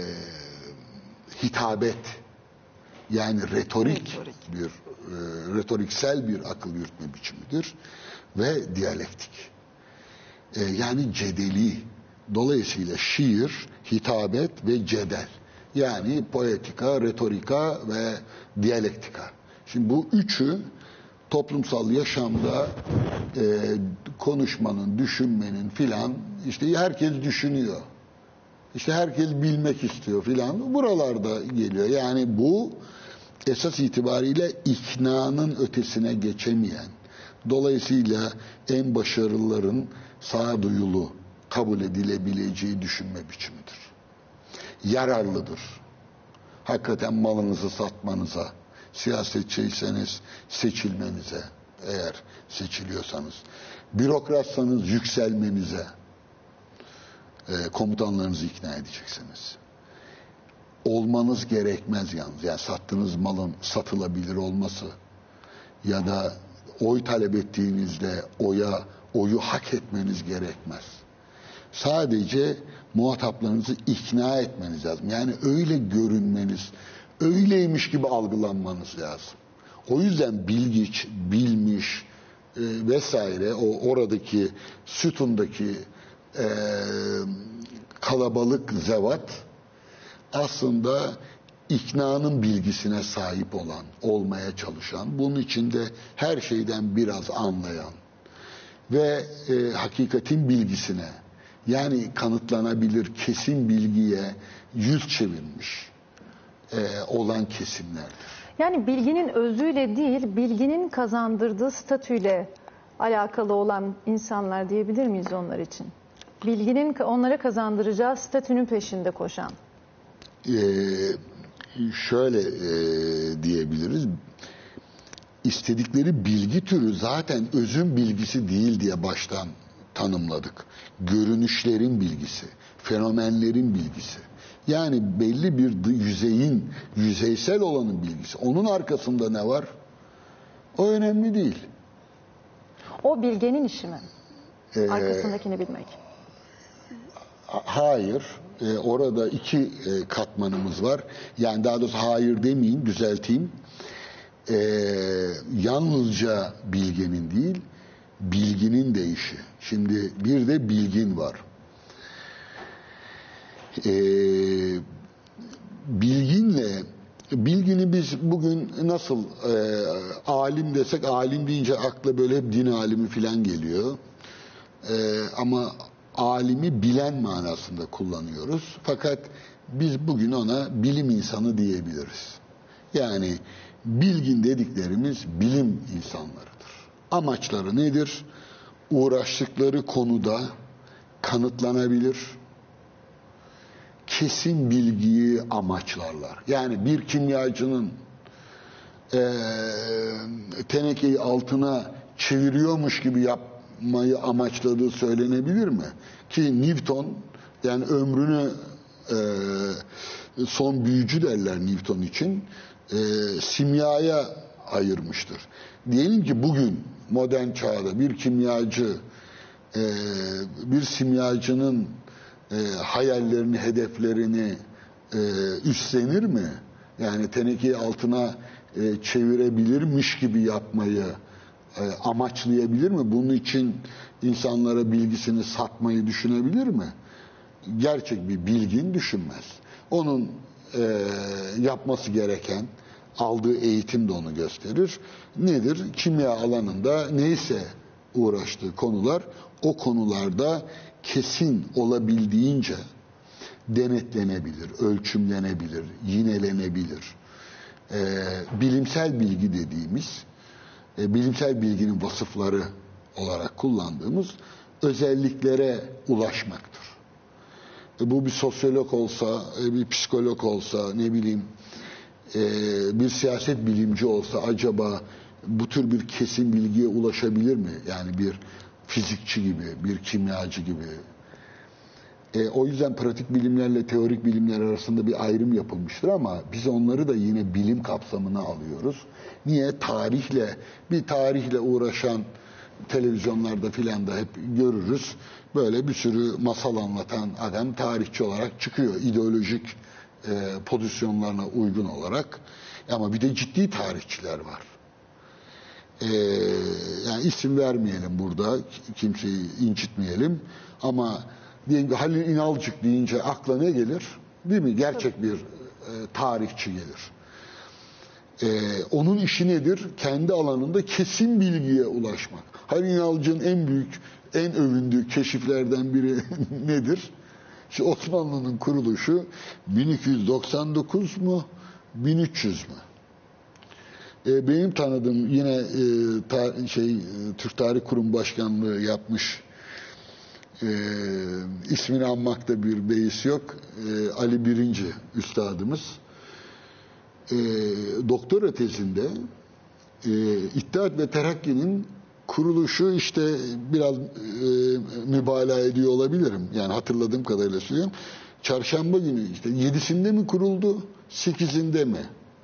hitabet, yani retorik, retorik. bir e, retoriksel bir akıl yürütme biçimidir ve diyalektik. E, yani cedeli. Dolayısıyla şiir, hitabet ve cedel. Yani poetika, retorika ve diyalektika. Şimdi bu üçü toplumsal yaşamda e, konuşmanın, düşünmenin filan, işte herkes düşünüyor. İşte herkes bilmek istiyor filan. Buralarda geliyor. Yani bu esas itibariyle iknanın ötesine geçemeyen, dolayısıyla en başarılıların sağduyulu kabul edilebileceği düşünme biçimidir. Yararlıdır. Hakikaten malınızı satmanıza, siyasetçiyseniz seçilmenize, eğer seçiliyorsanız, bürokratsanız yükselmenize, e, komutanlarınızı ikna edeceksiniz. Olmanız gerekmez yalnız. Yani sattığınız malın satılabilir olması ya da oy talep ettiğinizde oya, oyu hak etmeniz gerekmez. Sadece muhataplarınızı ikna etmeniz lazım. Yani öyle görünmeniz, öyleymiş gibi algılanmanız lazım. O yüzden bilgiç, bilmiş e, vesaire o oradaki sütundaki e, kalabalık zevat aslında iknanın bilgisine sahip olan, olmaya çalışan, bunun içinde her şeyden biraz anlayan ve e, hakikatin bilgisine, yani kanıtlanabilir kesin bilgiye yüz çevirmiş e, olan kesimlerdir. Yani bilginin özüyle değil, bilginin kazandırdığı statüyle alakalı olan insanlar diyebilir miyiz onlar için? Bilginin onlara kazandıracağı statünün peşinde koşan. Ee, şöyle e, diyebiliriz. İstedikleri bilgi türü zaten özün bilgisi değil diye baştan tanımladık. Görünüşlerin bilgisi, fenomenlerin bilgisi. Yani belli bir yüzeyin, yüzeysel olanın bilgisi. Onun arkasında ne var? O önemli değil. O bilgenin işi mi? Ee, Arkasındakini bilmek. Hayır. Ee, orada iki e, katmanımız var. Yani daha doğrusu hayır demeyeyim, düzelteyim. Ee, yalnızca bilgenin değil, bilginin de işi. Şimdi bir de bilgin var. Ee, bilginle, bilgini biz bugün nasıl e, alim desek, alim deyince akla böyle hep din alimi falan geliyor. Ee, ama alimi bilen manasında kullanıyoruz. Fakat biz bugün ona bilim insanı diyebiliriz. Yani bilgin dediklerimiz bilim insanlarıdır. Amaçları nedir? Uğraştıkları konuda kanıtlanabilir, kesin bilgiyi amaçlarlar. Yani bir kimyacının e, tenekeyi altına çeviriyormuş gibi yapmayı amaçladığı söylenebilir mi? Ki Newton, yani ömrünü e, son büyücü derler Newton için, e, simyaya ayırmıştır. Diyelim ki bugün modern çağda bir kimyacı e, bir simyacının e, hayallerini, hedeflerini e, üstlenir mi? Yani tenekeyi altına e, çevirebilirmiş gibi yapmayı e, amaçlayabilir mi? Bunun için insanlara bilgisini satmayı düşünebilir mi? Gerçek bir bilgin düşünmez. Onun e, yapması gereken, aldığı eğitim de onu gösterir. Nedir? Kimya alanında neyse uğraştığı konular, o konularda kesin olabildiğince denetlenebilir, ölçümlenebilir, yinelenebilir. E, bilimsel bilgi dediğimiz, e, bilimsel bilginin vasıfları olarak kullandığımız özelliklere ulaşmaktır. E, bu bir sosyolog olsa, e, bir psikolog olsa, ne bileyim, e, bir siyaset bilimci olsa acaba bu tür bir kesin bilgiye ulaşabilir mi? Yani bir fizikçi gibi, bir kimyacı gibi. E, o yüzden pratik bilimlerle teorik bilimler arasında bir ayrım yapılmıştır ama biz onları da yine bilim kapsamına alıyoruz. Niye? Tarihle, bir tarihle uğraşan televizyonlarda filan da hep görürüz. Böyle bir sürü masal anlatan adam tarihçi olarak çıkıyor. İdeolojik e, pozisyonlarına uygun olarak. Ama bir de ciddi tarihçiler var. E, yani isim vermeyelim burada. Kimseyi incitmeyelim. Ama diyelim ki Halil İnalcık deyince akla ne gelir? Değil mi? Gerçek bir e, tarihçi gelir. Ee, onun işi nedir? Kendi alanında kesin bilgiye ulaşmak. Halil İnalcık'ın en büyük, en övündüğü keşiflerden biri nedir? İşte Osmanlı'nın kuruluşu bin iki yüz doksan dokuz mu, bin üç yüz mü? Ee, benim tanıdığım yine e, ta, şey e, Türk Tarih Kurum Başkanlığı yapmış, e, ismini anmakta bir beis yok. E, Ali Birinci üstadımız. E, doktora tezinde e, İttihat ve Terakki'nin kuruluşu işte biraz e, mübalağa ediyor olabilirim. Yani hatırladığım kadarıyla söylüyorum. Çarşamba günü işte yedisinde mi kuruldu, sekizinde mi?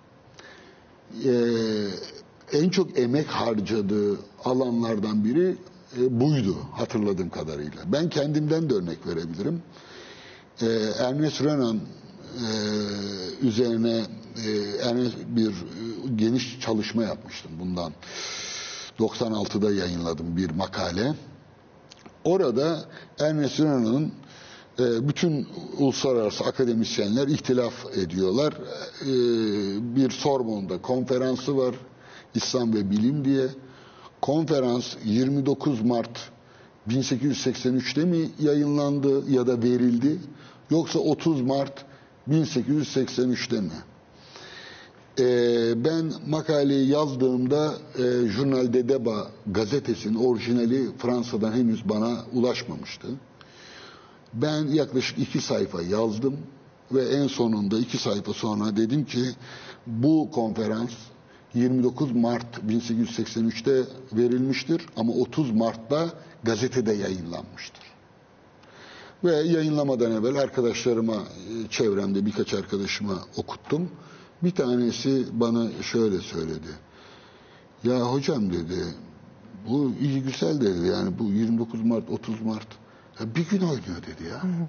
E, en çok emek harcadığı alanlardan biri e, buydu hatırladığım kadarıyla. Ben kendimden de örnek verebilirim. E, Ernest Renan e, üzerine e, Ernest bir geniş çalışma yapmıştım bundan. doksan altıda yayınladım bir makale. Orada Ernest Renan'ın e, bütün uluslararası akademisyenler ihtilaf ediyorlar. E, bir Sorbonne'da konferansı var, İslam ve Bilim diye. Konferans yirmi dokuz Mart bin sekiz yüz seksen üçte mi yayınlandı ya da verildi, yoksa otuz Mart bin sekiz yüz seksen üçte mi? Ee, ben makaleyi yazdığımda e, Journal de Débat gazetesinin orijinali Fransa'dan henüz bana ulaşmamıştı. Ben yaklaşık iki sayfa yazdım ve en sonunda iki sayfa sonra dedim ki bu konferans yirmi dokuz Mart bin sekiz yüz seksen üçte verilmiştir ama otuz Mart'ta gazetede yayınlanmıştır. Ve yayınlamadan evvel arkadaşlarıma, çevremde birkaç arkadaşıma okuttum. Bir tanesi bana şöyle söyledi. Ya hocam dedi, bu iyi güzel dedi, yani bu yirmi dokuz Mart, otuz Mart ya bir gün oynuyor dedi ya. Hı hı.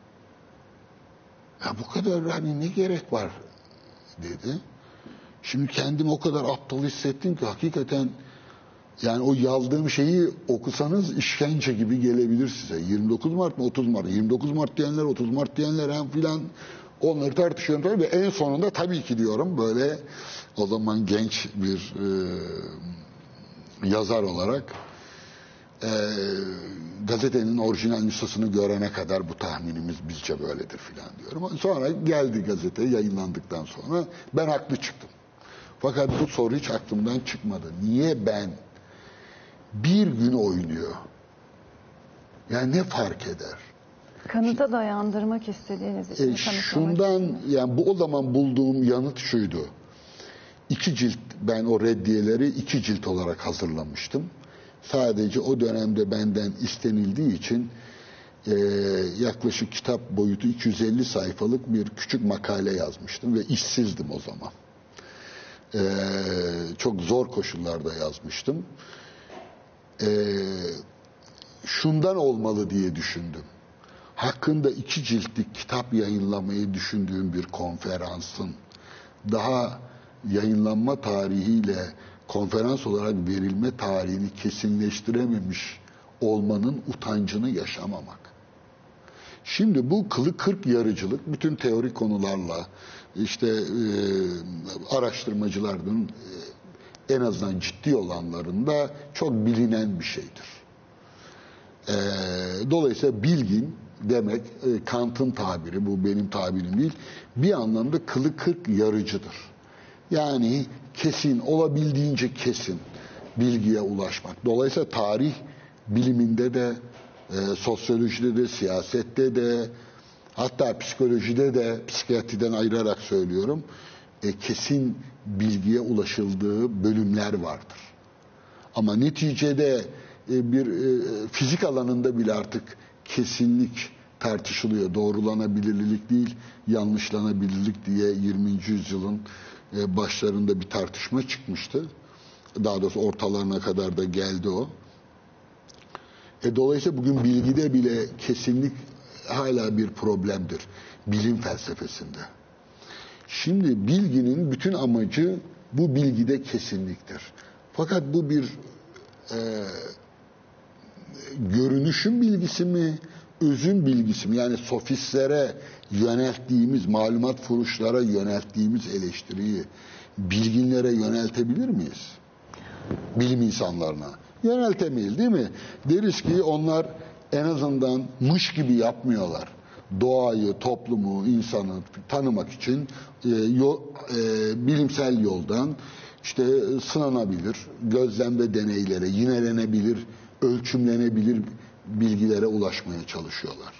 Ya bu kadar hani ne gerek var dedi. Şimdi kendimi o kadar aptal hissettim ki hakikaten, yani o yazdığım şeyi okusanız işkence gibi gelebilir size. yirmi dokuz Mart mı otuz Mart? yirmi dokuz Mart diyenler, otuz Mart diyenler hem filan, onları tartışıyorum tabii ve en sonunda tabii ki diyorum, böyle o zaman genç bir e, yazar olarak e, gazetenin orijinal nüshasını görene kadar bu tahminimiz bizce böyledir filan diyorum. Sonra geldi gazete yayınlandıktan sonra ben haklı çıktım. Fakat bu soru hiç aklımdan çıkmadı. Niye ben bir gün oynuyor? Yani ne fark eder? Kanıta dayandırmak istediğiniz için. E, şundan, yani bu o zaman bulduğum yanıt şuydu. İki cilt, ben o reddiyeleri iki cilt olarak hazırlamıştım. Sadece o dönemde benden istenildiği için e, yaklaşık kitap boyutu iki yüz elli sayfalık bir küçük makale yazmıştım ve işsizdim o zaman. E, çok zor koşullarda yazmıştım. E, şundan olmalı diye düşündüm. Hakkında iki ciltlik kitap yayınlamayı düşündüğüm bir konferansın daha yayınlanma tarihiyle konferans olarak verilme tarihini kesinleştirememiş olmanın utancını yaşamamak. Şimdi bu kılı kırk yarıcılık bütün teorik konularla işte e, araştırmacıların e, en azından ciddi olanlarında çok bilinen bir şeydir. E, dolayısıyla bilgin demek, e, Kant'ın tabiri, bu benim tabirim değil, bir anlamda kılı kırk yarıcıdır. Yani kesin, olabildiğince kesin bilgiye ulaşmak. Dolayısıyla tarih biliminde de, e, sosyolojide de, siyasette de, hatta psikolojide de, psikiyatriden ayırarak söylüyorum, e, kesin bilgiye ulaşıldığı bölümler vardır. Ama neticede e, bir e, fizik alanında bile artık kesinlik tartışılıyor. Doğrulanabilirlik değil, yanlışlanabilirlik diye yirminci yüzyılın e, başlarında bir tartışma çıkmıştı. Daha doğrusu ortalarına kadar da geldi o. E, dolayısıyla bugün bilgide bile kesinlik hala bir problemdir. Bilim felsefesinde. Şimdi bilginin bütün amacı bu bilgide kesinliktir. Fakat bu bir e, görünüşün bilgisi mi, özün bilgisi mi? Yani sofistlere yönelttiğimiz, malumat furuşlara yönelttiğimiz eleştiriyi bilginlere yöneltebilir miyiz? Bilim insanlarına. Yöneltemeyiz değil mi? Deriz ki onlar en azından mış gibi yapmıyorlar. Doğayı, toplumu, insanı tanımak için e, yol, e, bilimsel yoldan işte sınanabilir, gözlem ve deneylere, yinelenebilir, ölçümlenebilir bilgilere ulaşmaya çalışıyorlar.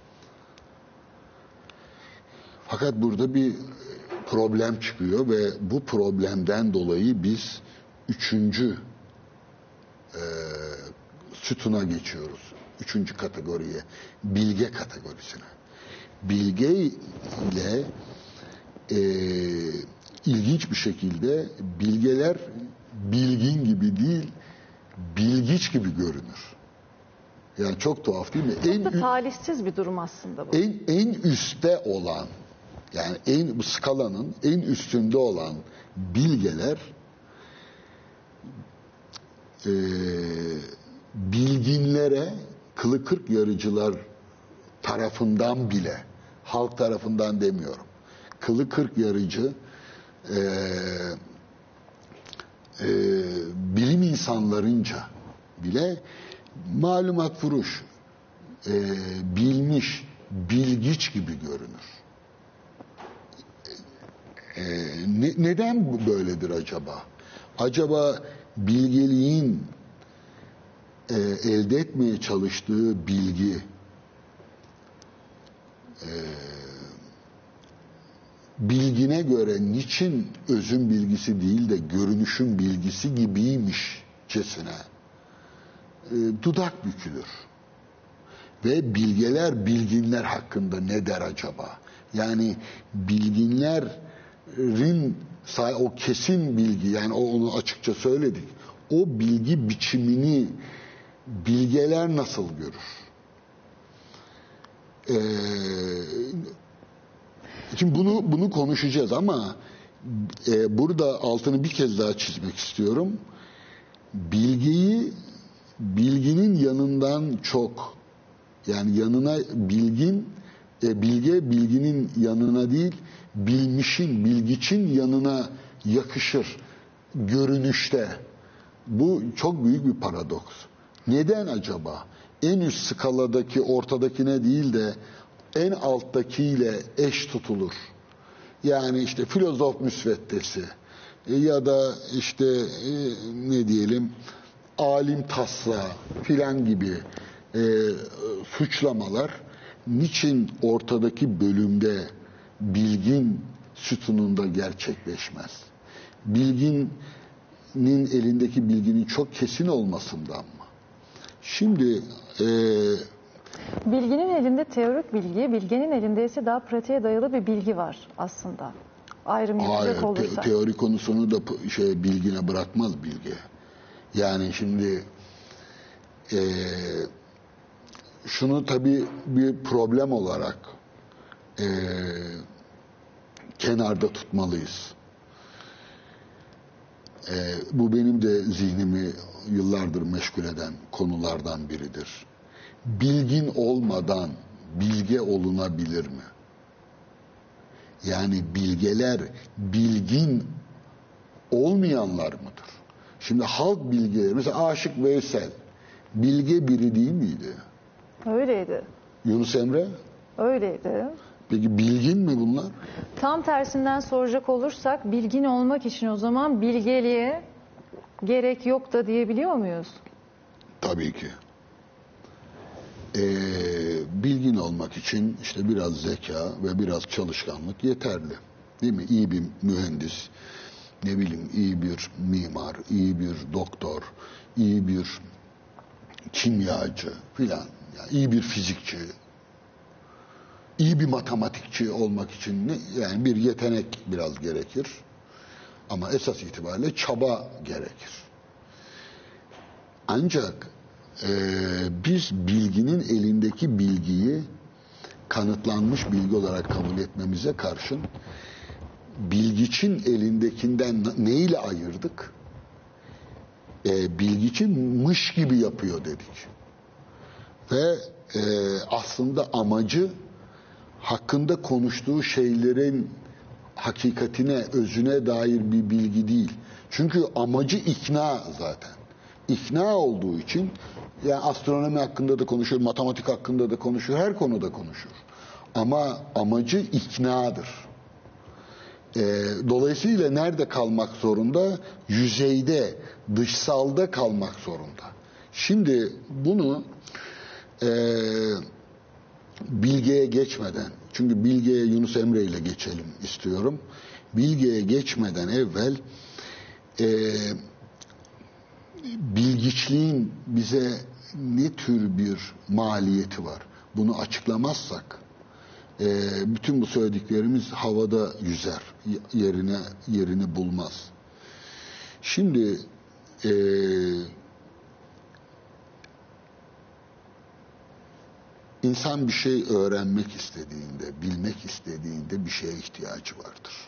Fakat burada bir problem çıkıyor ve bu problemden dolayı biz üçüncü e, sütuna geçiyoruz. Üçüncü kategoriye, bilge kategorisine. Bilge ile e, ilginç bir şekilde bilgeler bilgin gibi değil, bilgiç gibi görünür. Yani çok tuhaf değil mi? Çok en, da talihsiz bir durum aslında bu. En, en üstte olan, Yani en, bu skalanın en üstünde olan bilgeler e, bilginlere kılı kırk yarıcılar tarafından bile, halk tarafından demiyorum, kılı kırk yarıcı e, e, bilim insanlarınca bile malumat furuş, e, bilmiş, bilgiç gibi görünür. E, ne, neden bu böyledir acaba? Acaba bilgeliğin e, elde etmeye çalıştığı bilgi e, bilgine göre niçin özün bilgisi değil de görünüşün bilgisi gibiymişçesine e, dudak bükülür. Ve bilgeler bilginler hakkında ne der acaba? Yani bilginlerin o kesin bilgi, yani onu açıkça söyledik. O bilgi biçimini bilgeler nasıl görür? Ee, şimdi bunu bunu konuşacağız ama e, burada altını bir kez daha çizmek istiyorum. Bilgiyi bilginin yanından çok, yani yanına bilgin, e, bilge bilginin yanına değil, bilmişin, bilgiçin yanına yakışır görünüşte. Bu çok büyük bir paradoks. Neden acaba? En üst skaladaki ortadakine değil de en alttakiyle eş tutulur. Yani işte filozof müsveddesi e, ya da işte e, ne diyelim alim tasla filan gibi e, suçlamalar niçin ortadaki bölümde bilgin sütununda gerçekleşmez? Bilginin elindeki bilginin çok kesin olmasından mı? Şimdi e, bilginin elinde teorik bilgi, bilgenin elinde ise daha pratiğe dayalı bir bilgi var aslında. Ayrım yapacak olursa. Te, teori konusunu da şey bilgine bırakmaz bilgi. Yani şimdi e, şunu tabii bir problem olarak e, kenarda tutmalıyız. E, bu benim de zihnimi yıllardır meşgul eden konulardan biridir. Bilgin olmadan bilge olunabilir mi? Yani bilgeler bilgin olmayanlar mıdır? Şimdi halk bilgeleri, mesela Aşık Veysel bilge biri değil miydi? Öyleydi. Yunus Emre? Öyleydi. Peki bilgin mi bunlar? Tam tersinden soracak olursak bilgin olmak için o zaman bilgeliğe gerek yok da diyebiliyor muyuz? Tabii ki. Ee, bilgin olmak için işte biraz zeka ve biraz çalışkanlık yeterli. Değil mi? İyi bir mühendis, ne bileyim iyi bir mimar, iyi bir doktor, iyi bir kimyacı filan, yani iyi bir fizikçi, iyi bir matematikçi olmak için ne, yani bir yetenek biraz gerekir. Ama esas itibariyle çaba gerekir. Ancak e, biz bilginin elindeki bilgiyi kanıtlanmış bilgi olarak kabul etmemize karşın bilgiçin elindekinden neyle ayırdık? E, bilgiçin mış gibi yapıyor dedik. Ve e, aslında amacı hakkında konuştuğu şeylerin hakikatine, özüne dair bir bilgi değil. Çünkü amacı ikna zaten. İkna olduğu için yani astronomi hakkında da konuşur, matematik hakkında da konuşur, her konuda konuşur. Ama amacı iknadır. Ee, dolayısıyla nerede kalmak zorunda? Yüzeyde, dışsalda kalmak zorunda. Şimdi bunu e, bilgeye geçmeden, çünkü bilgeye Yunus Emre ile geçelim istiyorum. Bilgeye geçmeden evvel e, bilgiçliğin bize ne tür bir maliyeti var? Bunu açıklamazsak e, bütün bu söylediklerimiz havada yüzer, yerine yerini bulmaz. Şimdi e, İnsan bir şey öğrenmek istediğinde, bilmek istediğinde bir şeye ihtiyacı vardır.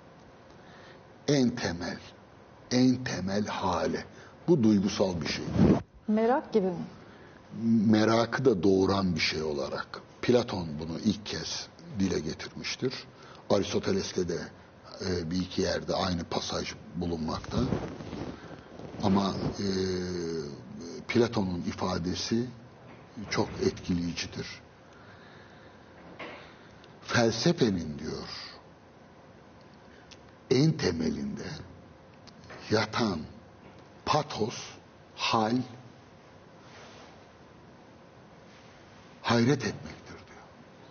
En temel, en temel hale. Bu duygusal bir şey. Merak gibi mi? Merakı da doğuran bir şey olarak. Platon bunu ilk kez dile getirmiştir. Aristoteles'te de e, bir iki yerde aynı pasaj bulunmakta. Ama e, Platon'un ifadesi çok etkileyicidir. Felsefenin diyor, en temelinde yatan patos, hal, hayret etmektir diyor.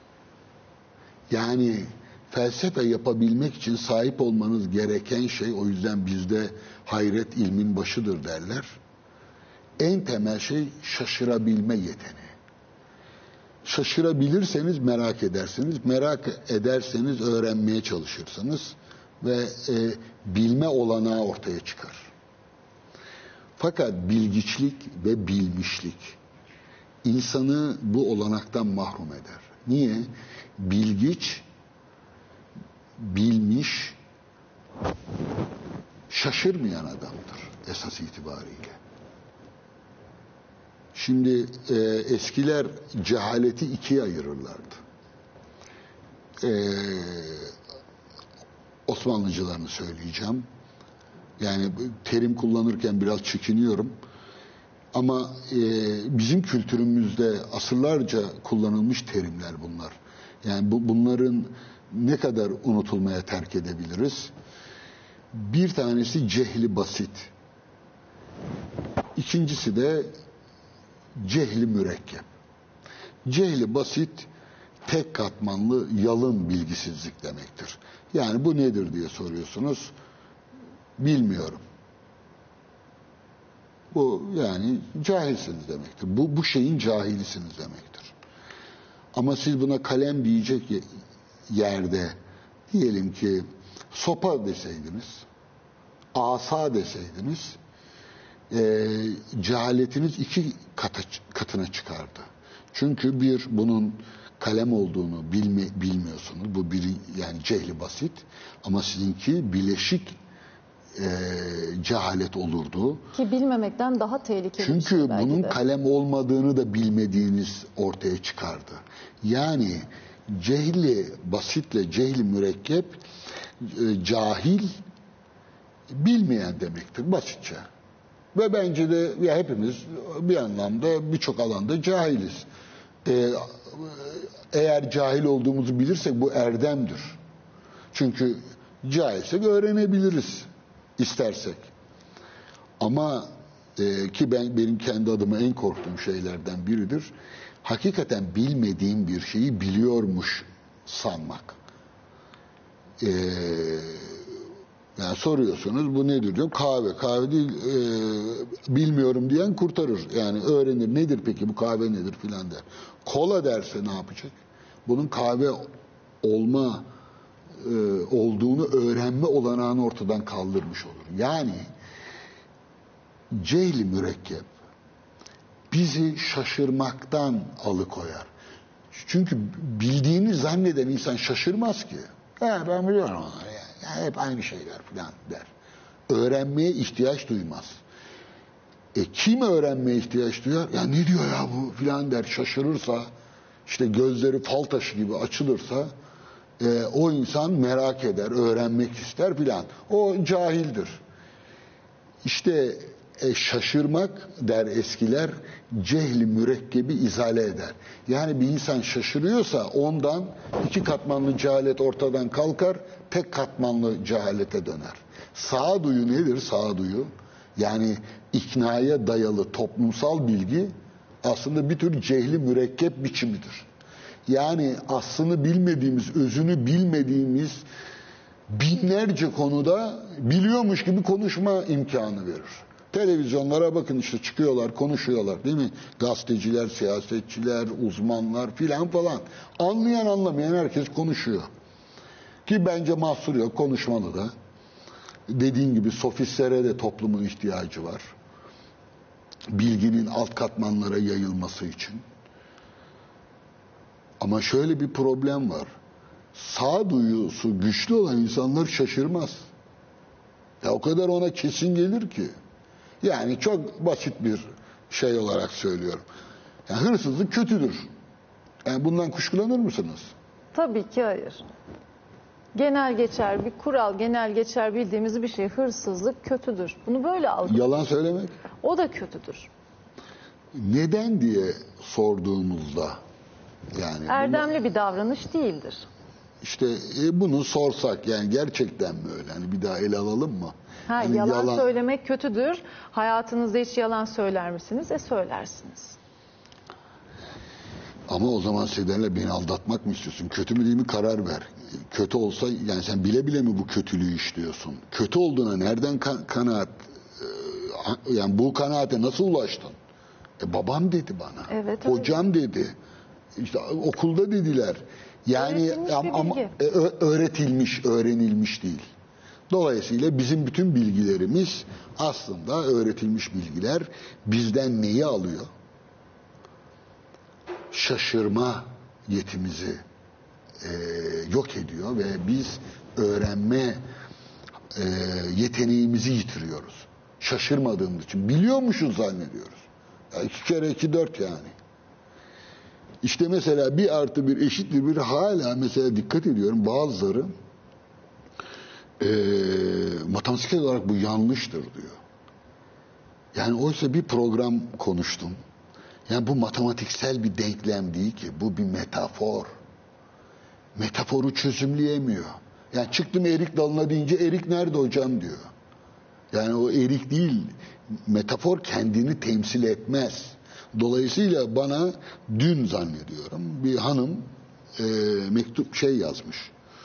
Yani felsefe yapabilmek için sahip olmanız gereken şey, o yüzden bizde hayret ilmin başıdır derler. En temel şey şaşırabilme yeteneği. Şaşırabilirseniz merak edersiniz. Merak ederseniz öğrenmeye çalışırsınız. Ve e, bilme olanağı ortaya çıkar. Fakat bilgiçlik ve bilmişlik insanı bu olanaktan mahrum eder. Niye? Bilgiç, bilmiş, şaşırmayan adamdır esas itibariyle. Şimdi e, eskiler cehaleti ikiye ayırırlardı. E, Osmanlıcılarını söyleyeceğim. Yani terim kullanırken biraz çekiniyorum. Ama e, bizim kültürümüzde asırlarca kullanılmış terimler bunlar. Yani bu, bunların ne kadar unutulmaya terk edebiliriz? Bir tanesi cehli basit. İkincisi de cehli mürekkep. Cehli basit, tek katmanlı yalın bilgisizlik demektir. Yani bu nedir diye soruyorsunuz. Bilmiyorum. Bu yani cahilsiniz demektir. Bu, bu şeyin cahilisiniz demektir. Ama siz buna kalem diyecek yerde diyelim ki sopa deseydiniz, asa deseydiniz, e, cehaletiniz iki katı, katına çıkardı. Çünkü bir, bunun kalem olduğunu bilme, bilmiyorsunuz. Bu bir yani cehli basit. Ama sizinki bileşik e, cehalet olurdu. Ki bilmemekten daha tehlikeli Çünkü bir şey belki bunun de. kalem olmadığını da bilmediğiniz ortaya çıkardı. Yani cehli basitle cehli mürekkep e, cahil bilmeyen demektir basitçe. Ve bence de ya hepimiz bir anlamda birçok alanda cahiliz. Ee, eğer cahil olduğumuzu bilirsek bu erdemdir. Çünkü cahilsek öğrenebiliriz istersek. Ama e, ki ben benim kendi adıma en korktuğum şeylerden biridir. Hakikaten bilmediğim bir şeyi biliyormuş sanmak. Eee Yani soruyorsunuz bu nedir diyor. Kahve. Kahve değil e, bilmiyorum diyen kurtarır. Yani öğrenir. Nedir peki bu kahve nedir filan der. Kola derse ne yapacak? Bunun kahve olma e, olduğunu öğrenme olanağını ortadan kaldırmış olur. Yani cehli mürekkep bizi şaşırmaktan alıkoyar. Çünkü bildiğini zanneden insan şaşırmaz ki. Ha, ben biliyorum onları yani. Ya hep aynı şeyler falan der. Öğrenmeye ihtiyaç duymaz. E kim öğrenmeye ihtiyaç duyar? Ya ne diyor ya bu falan der. Şaşırırsa, işte gözleri fal taşı gibi açılırsa e, o insan merak eder, öğrenmek ister filan. O cahildir. İşte e, şaşırmak der eskiler, cehli mürekkebi izale eder. Yani bir insan şaşırıyorsa ondan iki katmanlı cehalet ortadan kalkar, tek katmanlı cehalete döner. Sağduyu nedir sağduyu? Yani iknaya dayalı toplumsal bilgi aslında bir tür cehli mürekkep biçimidir. Yani aslını bilmediğimiz, özünü bilmediğimiz binlerce konuda biliyormuş gibi konuşma imkanı verir. Televizyonlara bakın işte çıkıyorlar, konuşuyorlar değil mi? Gazeteciler, siyasetçiler, uzmanlar filan falan. Anlayan anlamayan herkes konuşuyor. Ki bence mahsur yok, konuşmalı da. Dediğin gibi sofistlere de toplumun ihtiyacı var. Bilginin alt katmanlara yayılması için. Ama şöyle bir problem var. Sağduyusu güçlü olan insanlar şaşırmaz. Ya o kadar ona kesin gelir ki. Yani çok basit bir şey olarak söylüyorum. Yani hırsızlık kötüdür. Yani bundan kuşkulanır mısınız? Tabii ki hayır. Genel geçer bir kural, genel geçer bildiğimiz bir şey. Hırsızlık kötüdür. Bunu böyle algılıyoruz. Yalan söylemek. O da kötüdür. Neden diye sorduğumuzda yani Erdemli bunu, bir davranış değildir. işte e, bunu sorsak yani gerçekten mi öyle? Hani bir daha ele alalım mı? Ha, Yani yalan, yalan söylemek kötüdür. Hayatınızda hiç yalan söyler misiniz? E söylersiniz. Ama o zaman Seder'le beni aldatmak mı istiyorsun? Kötü mü değil mi karar ver. Kötü olsa yani sen bile bile mi bu kötülüğü işliyorsun? Kötü olduğuna nereden ka- kanaat e, yani bu kanaate nasıl ulaştın? E, babam dedi bana. Evet, Hocam dedi. İşte okulda dediler. Yani Öğretilmiş ama, bir ama bilgi. e, ö- öğretilmiş, öğrenilmiş değil. Dolayısıyla bizim bütün bilgilerimiz aslında öğretilmiş bilgiler. Bizden neyi alıyor? Şaşırma yetimizi e, yok ediyor ve biz öğrenme e, yeteneğimizi yitiriyoruz. Şaşırmadığımız için. Biliyormuşuz zannediyoruz. Ya iki kere iki dört yani. İşte mesela bir artı bir eşittir bir hala mesela dikkat ediyorum bazıları e, matematiksel olarak bu yanlıştır diyor. Yani oysa bir program konuştum. Yani bu matematiksel bir denklem değil ki. Bu bir metafor. Metaforu çözümleyemiyor. Yani çıktım erik dalına deyince erik nerede hocam diyor. Yani o erik değil. Metafor kendini temsil etmez. Dolayısıyla bana dün zannediyorum bir hanım e, mektup şey yazmış.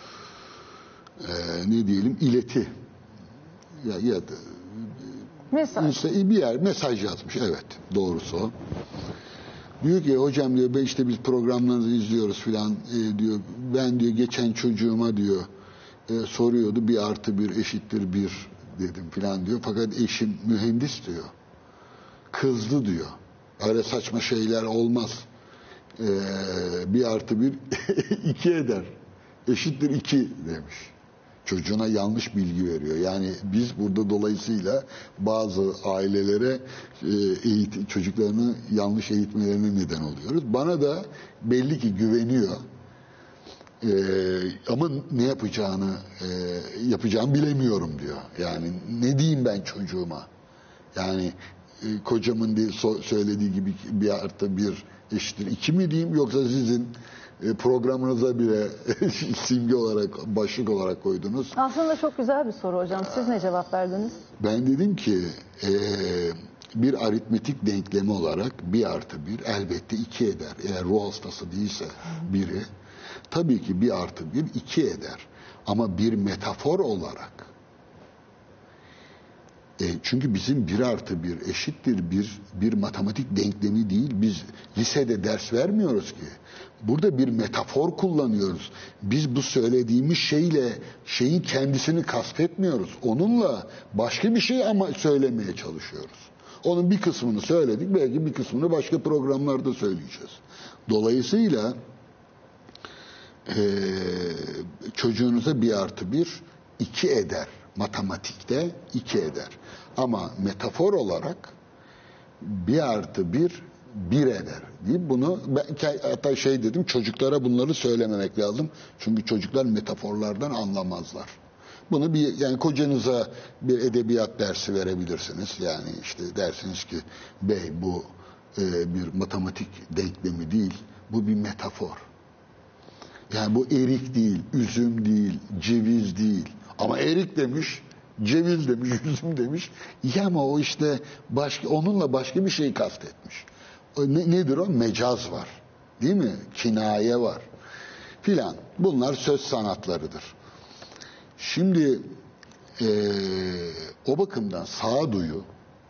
E, ne diyelim ileti. Ya, ya da Mesaj. bir yer mesaj yazmış. Evet doğrusu o. Diyor ki hocam diyor ben işte biz programlarınızı izliyoruz filan e, diyor. Ben diyor geçen çocuğuma diyor e, soruyordu bir artı bir eşittir bir dedim filan diyor. Fakat eşim mühendis diyor. Kızdı diyor. Öyle saçma şeyler olmaz. E, bir artı bir iki eder. Eşittir iki demiş. Çocuğuna yanlış bilgi veriyor. Yani biz burada dolayısıyla bazı ailelere e, eğitim, çocuklarını yanlış eğitmelerine neden oluyoruz. Bana da belli ki güveniyor. E, ama ne yapacağını e, yapacağımı bilemiyorum diyor. Yani ne diyeyim ben çocuğuma? Yani e, kocamın değil, so, söylediği gibi bir artı bir eşittir iki mi diyeyim yoksa sizin programınıza bile simge olarak, başlık olarak koydunuz. Aslında çok güzel bir soru hocam. Siz ne cevap verdiniz? Ben dedim ki e, bir aritmetik denklemi olarak bir artı bir elbette iki eder. Eğer ruh hastası değilse biri tabii ki bir artı bir iki eder. Ama bir metafor olarak E, çünkü bizim bir artı bir eşittir bir bir matematik denklemi değil. Biz lisede ders vermiyoruz ki. Burada bir metafor kullanıyoruz. Biz bu söylediğimiz şeyle şeyin kendisini kastetmiyoruz. Onunla başka bir şey ama söylemeye çalışıyoruz. Onun bir kısmını söyledik. Belki bir kısmını başka programlarda söyleyeceğiz. Dolayısıyla e, çocuğunuza bir artı bir iki eder. Matematikte iki eder. Ama metafor olarak bir artı bir bir eder. Deyip bunu ben hatta şey dedim çocuklara bunları söylememek lazım. Çünkü çocuklar metaforlardan anlamazlar. Bunu bir yani kocanıza bir edebiyat dersi verebilirsiniz. Yani işte dersiniz ki bey bu e, bir matematik denklemi değil. Bu bir metafor. Yani bu erik değil, üzüm değil, ceviz değil. Ama erik demiş, ceviz demiş, üzüm demiş. Ya ama o işte başka, onunla başka bir şey kastetmiş. O ne, nedir o? Mecaz var. Değil mi? Kinaye var. Filan. Bunlar söz sanatlarıdır. Şimdi e, o bakımdan sağduyu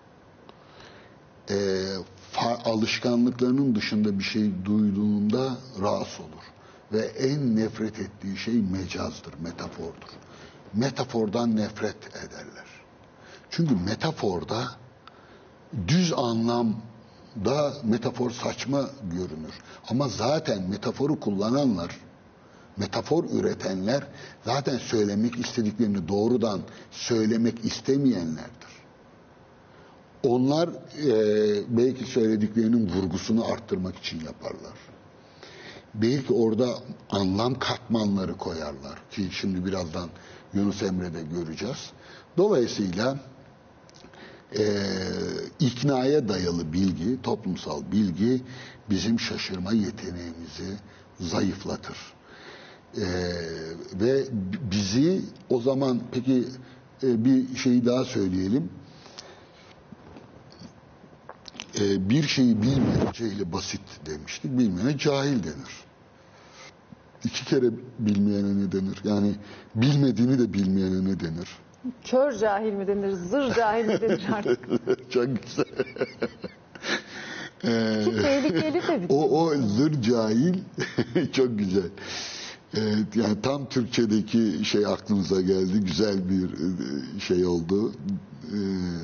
e, alışkanlıklarının dışında bir şey duyduğunda rahatsız olur. Ve en nefret ettiği şey mecazdır, metafordur. Metafordan nefret ederler. Çünkü metaforda düz anlam daha metafor saçma görünür. Ama zaten metaforu kullananlar, metafor üretenler zaten söylemek istediklerini doğrudan söylemek istemeyenlerdir. Onlar e, belki söylediklerinin vurgusunu arttırmak için yaparlar. Belki orada anlam katmanları koyarlar ki şimdi birazdan Yunus Emre'de göreceğiz. Dolayısıyla e, iknaya dayalı bilgi, toplumsal bilgi bizim şaşırma yeteneğimizi zayıflatır. E, ve bizi o zaman peki e, bir şeyi daha söyleyelim. E, bir şeyi bilmeyen cehli basit demiştik. Bilmeyene cahil denir. İki kere bilmeyene ne denir? Yani bilmediğini de bilmeyene ne denir? Kör cahil mi denir, zır cahil mi denir artık? Çok güzel. ee, Ki tehlikeli de bir o, o zır cahil çok güzel. Evet, yani tam Türkçedeki şey aklınıza geldi. Güzel bir şey oldu. Ee,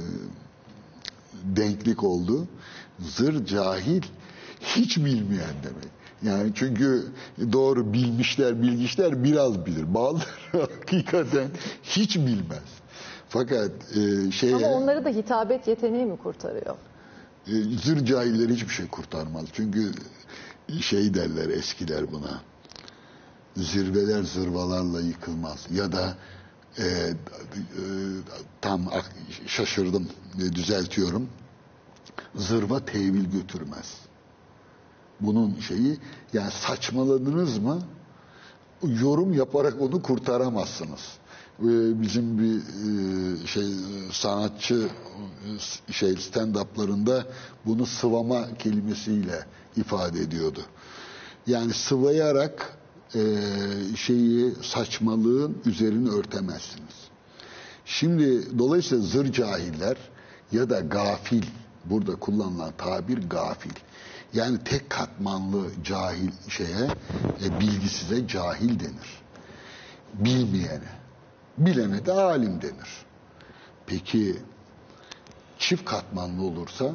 denklik oldu. Zır cahil hiç bilmeyen demek. Yani çünkü doğru bilmişler, bilgiçler biraz bilir. Bazıları hakikaten hiç bilmez. Fakat e, şeye... Ama onları da hitabet yeteneği mi kurtarıyor? E, zır cahilleri hiçbir şey kurtarmaz. Çünkü şey derler eskiler buna. Zirveler zırvalarla yıkılmaz. Ya da e, e, tam şaşırdım, e, düzeltiyorum. Zırva tevil götürmez. Bunun şeyi, yani saçmaladınız mı yorum yaparak onu kurtaramazsınız. Bizim bir şey sanatçı şey stand-up'larında bunu sıvama kelimesiyle ifade ediyordu. Yani sıvayarak şeyi, saçmalığın üzerini örtemezsiniz. Şimdi dolayısıyla zır cahiller ya da gafil, burada kullanılan tabir gafil. Yani tek katmanlı cahil şeye, e, bilgisize cahil denir. Bilmeyene. Bilene de alim denir. Peki çift katmanlı olursa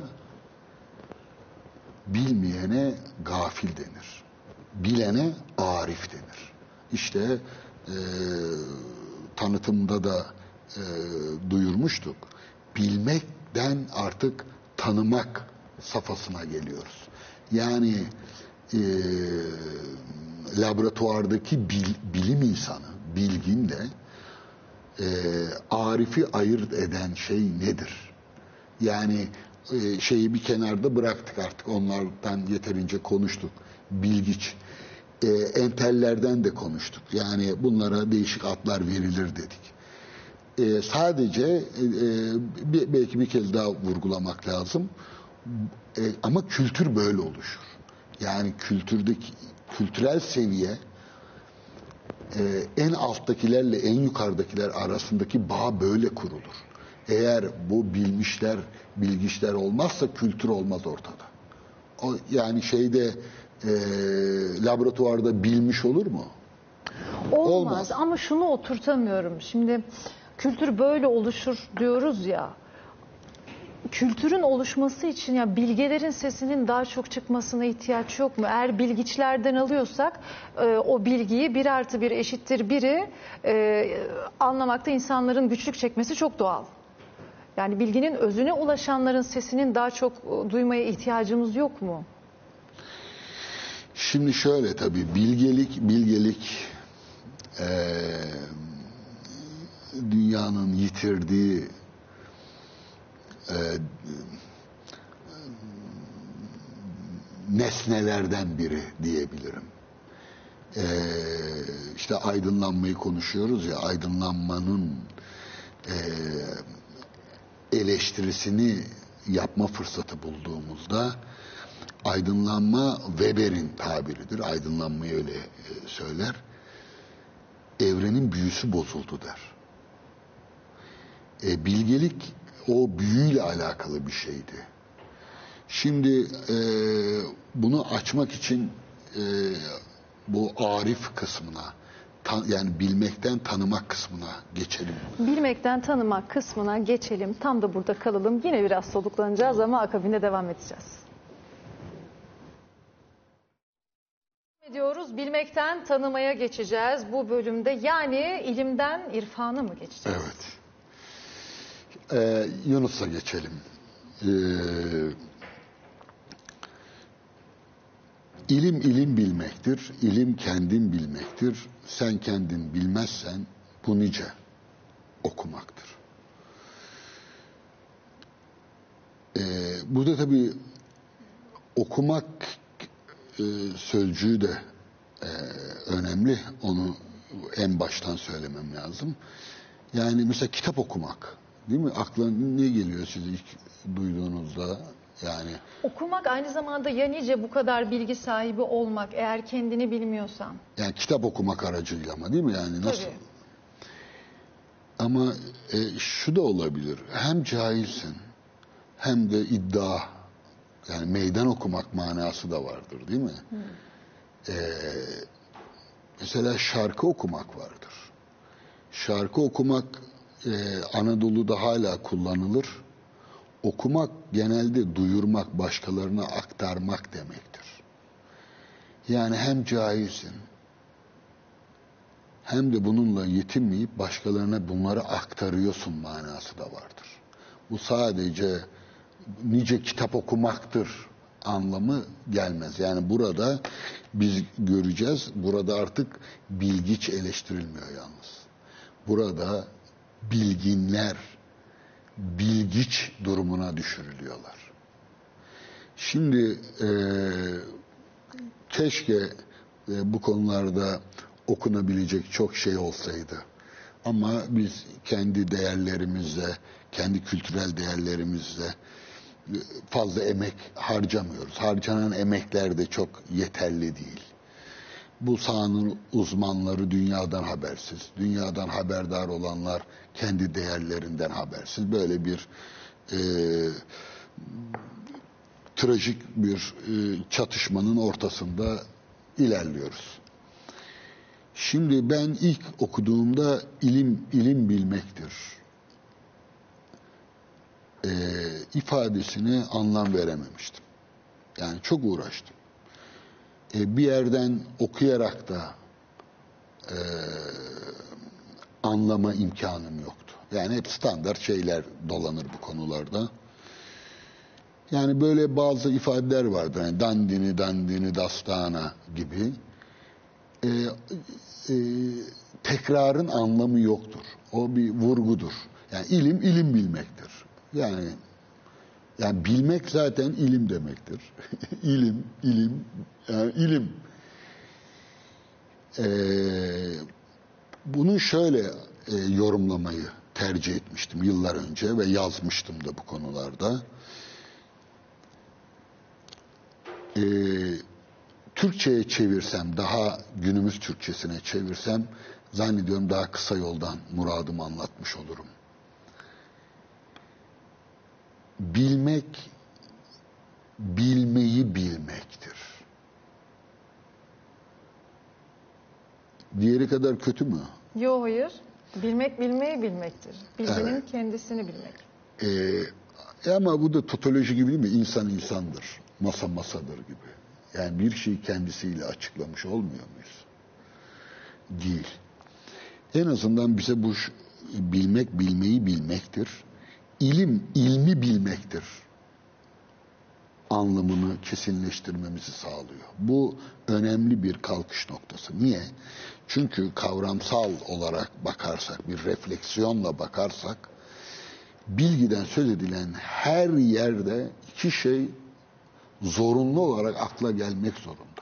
bilmeyene gafil denir. Bilene arif denir. İşte e, tanıtımda da e, duyurmuştuk. Bilmekten artık tanımak safhasına geliyoruz. Yani e, laboratuvardaki bil, bilim insanı, bilgin de e, arifi ayırt eden şey nedir? Yani e, şeyi bir kenarda bıraktık artık, onlardan yeterince konuştuk. Bilgiç, e, entellerden de konuştuk. Yani bunlara değişik adlar verilir dedik. E, sadece e, bir, belki bir kez daha vurgulamak lazım. E, ama kültür böyle oluşur. Yani kültürdeki kültürel seviye e, en alttakilerle en yukarıdakiler arasındaki bağ böyle kurulur. Eğer bu bilmişler, bilgiçler olmazsa kültür olmaz ortada. O, yani şeyde e, laboratuvarda bilmiş olur mu? Olmaz. Olmaz. Ama şunu oturtamıyorum. Şimdi kültür böyle oluşur diyoruz ya. Kültürün oluşması için ya bilgelerin sesinin daha çok çıkmasına ihtiyaç yok mu? Eğer bilgiçlerden alıyorsak e, o bilgiyi bir artı bir eşittir biri e, anlamakta insanların güçlük çekmesi çok doğal. Yani bilginin özüne ulaşanların sesinin daha çok e, duymaya ihtiyacımız yok mu? Şimdi şöyle tabii bilgelik bilgelik e, dünyanın yitirdiği e, nesnelerden biri diyebilirim. E, işte aydınlanmayı konuşuyoruz ya, aydınlanmanın e, eleştirisini yapma fırsatı bulduğumuzda aydınlanma Weber'in tabiridir. Aydınlanmayı öyle söyler. Evrenin büyüsü bozuldu der. E, bilgelik o büyüyle alakalı bir şeydi. Şimdi e, bunu açmak için e, bu arif kısmına, ta, yani bilmekten tanımak kısmına geçelim. Bilmekten tanımak kısmına geçelim. Tam da burada kalalım. Yine biraz soluklanacağız ama akabinde devam edeceğiz. ediyoruz. Bilmekten tanımaya geçeceğiz bu bölümde. Yani ilimden irfana mı geçeceğiz? Evet. Ee, Yunus'a geçelim. Ee, ilim ilim bilmektir. İlim kendin bilmektir. Sen kendin bilmezsen bu nice okumaktır. Ee, burada tabii okumak e, sözcüğü de e, önemli. Onu en baştan söylemem lazım. Yani mesela kitap okumak, değil mi? Aklına ne geliyor siz ilk duyduğunuzda? Yani Okumak aynı zamanda ya nice bu kadar bilgi sahibi olmak eğer kendini bilmiyorsan. yani kitap okumak aracıyla ama değil mi? Yani nasıl? Tabii. Ama e, şu da olabilir. Hem cahilsin hem de iddia, yani meydan okumak manası da vardır, değil mi? Hmm. Ee, mesela şarkı okumak vardır. Şarkı okumak e, Anadolu'da hala kullanılır. Okumak genelde duyurmak, başkalarına aktarmak demektir. Yani hem cahilsin hem de bununla yetinmeyip başkalarına bunları aktarıyorsun manası da vardır. Bu sadece nice kitap okumaktır anlamı gelmez. Yani burada biz göreceğiz, burada artık bilgiç eleştirilmiyor yalnız. Burada bilginler bilgiç durumuna düşürülüyorlar. Şimdi e, keşke e, bu konularda okunabilecek çok şey olsaydı. Ama biz kendi değerlerimizle, kendi kültürel değerlerimizle fazla emek harcamıyoruz. Harcanan emekler de çok yeterli değil. Bu sahanın uzmanları dünyadan habersiz. Dünyadan haberdar olanlar kendi değerlerinden habersiz. Böyle bir e, trajik bir e, çatışmanın ortasında ilerliyoruz. Şimdi ben ilk okuduğumda ilim ilim bilmektir e, ifadesine anlam verememiştim. Yani çok uğraştım. E, bir yerden okuyarak da e, anlama imkanım yoktu. Yani hep standart şeyler dolanır bu konularda. Yani böyle bazı ifadeler vardır. Yani dandini dandini dastana gibi. E, e, tekrarın anlamı yoktur. O bir vurgudur. Yani ilim ilim bilmektir. Yani yani bilmek zaten ilim demektir. İlim, ilim, yani ilim. Ee, bunu şöyle e, yorumlamayı tercih etmiştim yıllar önce ve yazmıştım da bu konularda. Ee, Türkçe'ye çevirsem, daha günümüz Türkçesine çevirsem zannediyorum daha kısa yoldan muradımı anlatmış olurum. Bilmek, bilmeyi bilmektir. Diğeri kadar kötü mü? Yok, hayır. Bilmek bilmeyi bilmektir. Bilginin evet. kendisini bilmek. Ee, ama bu da totoloji gibi değil mi? İnsan insandır. Masa masadır gibi. Yani bir şeyi kendisiyle açıklamış olmuyor muyuz? Değil. En azından bize bu bilmek bilmeyi bilmektir. İlim, ilmi bilmektir anlamını kesinleştirmemizi sağlıyor. Bu önemli bir kalkış noktası. Niye? Çünkü kavramsal olarak bakarsak, bir refleksiyonla bakarsak, bilgiden söz edilen her yerde iki şey zorunlu olarak akla gelmek zorunda.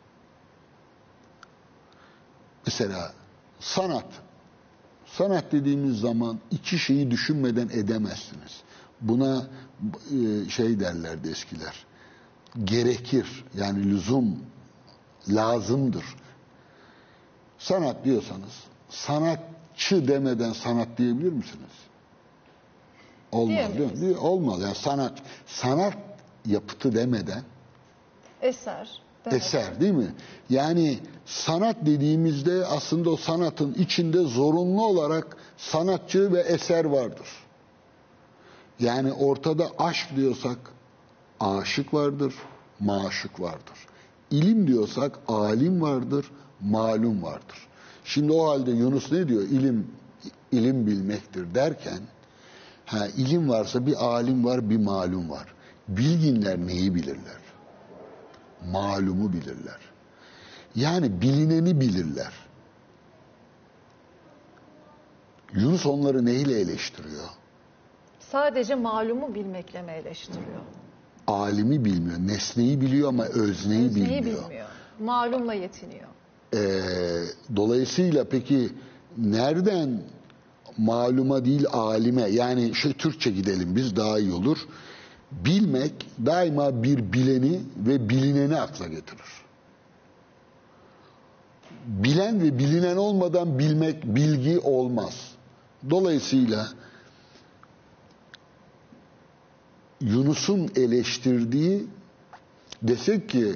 Mesela sanat. Sanat dediğimiz zaman iki şeyi düşünmeden edemezsiniz. Buna şey derlerdi eskiler. Gerekir, yani lüzum, lazımdır. Sanat diyorsanız, sanatçı demeden sanat diyebilir misiniz? Olmaz değil mi? Olmaz. Yani sanat, sanat yapıtı demeden eser. Demek. Eser değil mi? Yani sanat dediğimizde aslında o sanatın içinde zorunlu olarak sanatçı ve eser vardır. Yani ortada aşk diyorsak aşık vardır, maşuk vardır. İlim diyorsak alim vardır, malum vardır. Şimdi o halde Yunus ne diyor? İlim ilim bilmektir derken, ha, ilim varsa bir alim var, bir malum var. Bilginler neyi bilirler? Malumu bilirler. Yani bilineni bilirler. Yunus onları neyle eleştiriyor? Sadece malumu bilmekle mi eleştiriyor? Alimi bilmiyor, nesneyi biliyor ama özneyi, Özneyi bilmiyor. bilmiyor. Malumla yetiniyor. Ee, dolayısıyla peki nereden maluma değil alime, yani şey Türkçe gidelim biz daha iyi olur. Bilmek daima bir bileni ve bilineni akla getirir. Bilen ve bilinen olmadan bilmek, bilgi olmaz. Dolayısıyla Yunus'un eleştirdiği, desek ki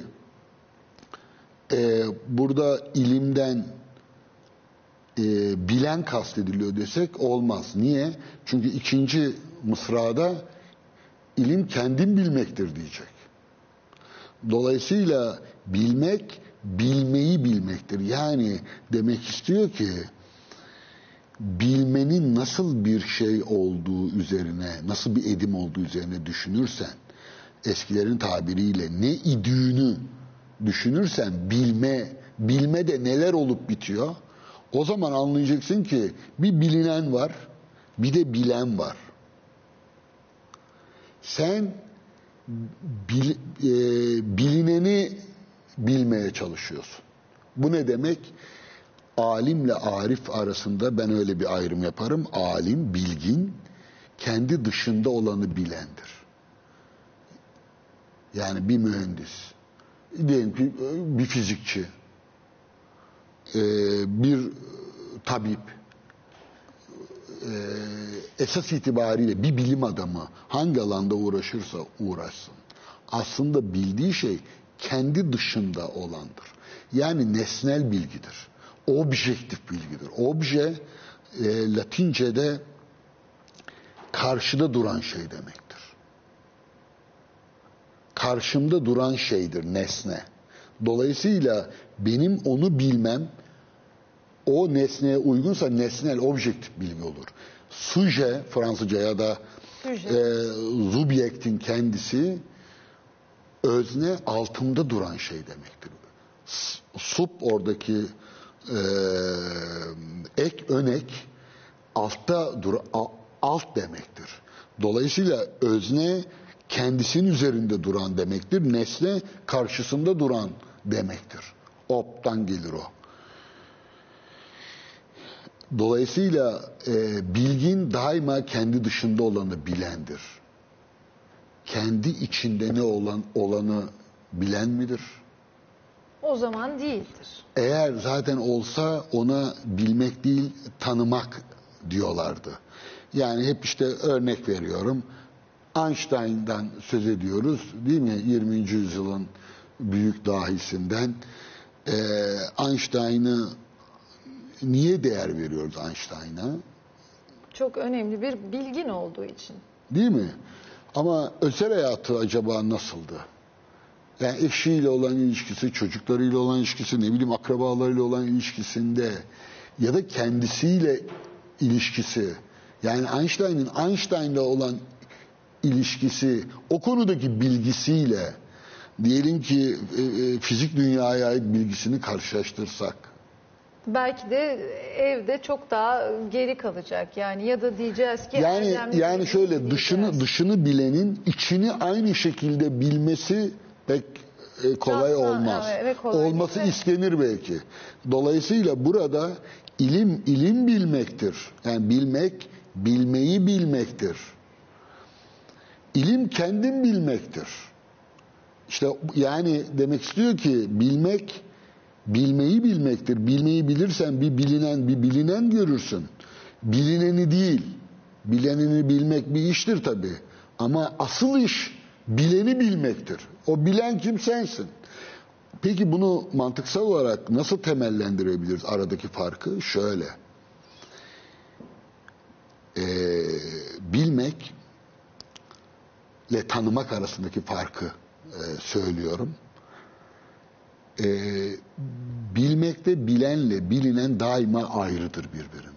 e, burada ilimden e, bilen kastediliyor desek olmaz. Niye? Çünkü ikinci mısrada ilim kendin bilmektir diyecek. Dolayısıyla bilmek, bilmeyi bilmektir. Yani demek istiyor ki bilmenin nasıl bir şey olduğu üzerine, nasıl bir edim olduğu üzerine düşünürsen, eskilerin tabiriyle ne idüğünü düşünürsen, bilme, bilme de neler olup bitiyor, o zaman anlayacaksın ki bir bilinen var, bir de bilen var. Sen bil, e, bilineni bilmeye çalışıyorsun. Bu ne demek? Alimle arif arasında ben öyle bir ayrım yaparım. Alim, bilgin, kendi dışında olanı bilendir. Yani bir mühendis, diyelim ki bir fizikçi, bir tabip, esas itibariyle bir bilim adamı hangi alanda uğraşırsa uğraşsın, aslında bildiği şey kendi dışında olandır. Yani nesnel bilgidir. Objektif bilgidir. Obje e, Latince'de karşıda duran şey demektir. Karşımda duran şeydir nesne. Dolayısıyla benim onu bilmem o nesneye uygunsa nesnel, objektif bilgi olur. Suje Fransızca ya da e, subjektin kendisi özne altında duran şey demektir. Sub oradaki e, ek, önek altta dur, alt demektir. Dolayısıyla özne kendisinin üzerinde duran demektir. Nesne karşısında duran demektir. Op'tan gelir o. Dolayısıyla e, bilgin daima kendi dışında olanı bilendir. Kendi içinde ne olan olanı bilen midir? O zaman değildir. Eğer zaten olsa ona bilmek değil tanımak diyorlardı. Yani hep işte örnek veriyorum. Einstein'dan söz ediyoruz değil mi? yirminci yüzyılın büyük dahisinden. Ee, Einstein'ı niye değer veriyoruz Einstein'a? Çok önemli bir bilgin olduğu için. Değil mi? Ama özel hayatı acaba nasıldı? Yani eşiyle olan ilişkisi, çocuklarıyla olan ilişkisi, ne bileyim akrabalarıyla olan ilişkisinde ya da kendisiyle ilişkisi. Yani Einstein'ın Einstein'la olan ilişkisi, o konudaki bilgisiyle diyelim ki e, e, fizik dünyaya ait bilgisini karşılaştırsak. Belki de evde çok daha geri kalacak yani ya da diyeceğiz ki yani yani şöyle dışını dışını bilenin içini aynı şekilde bilmesi pek e, kolay Şahsen, olmaz. Evet, evet, kolay Olması değil. istenir belki. Dolayısıyla burada ilim ilim bilmektir. Yani bilmek bilmeyi bilmektir. İlim kendin bilmektir. İşte yani demek istiyor ki bilmek bilmeyi bilmektir. Bilmeyi bilirsen bir bilinen bir bilinen görürsün. Bilineni değil. Bilenini bilmek bir iştir tabii. Ama asıl iş bileni bilmektir. O bilen kim sensin. Peki bunu mantıksal olarak nasıl temellendirebiliriz aradaki farkı? Şöyle. Ee, bilmek ile tanımak arasındaki farkı e, söylüyorum. e, bilmekte bilenle bilinen daima ayrıdır birbirinden.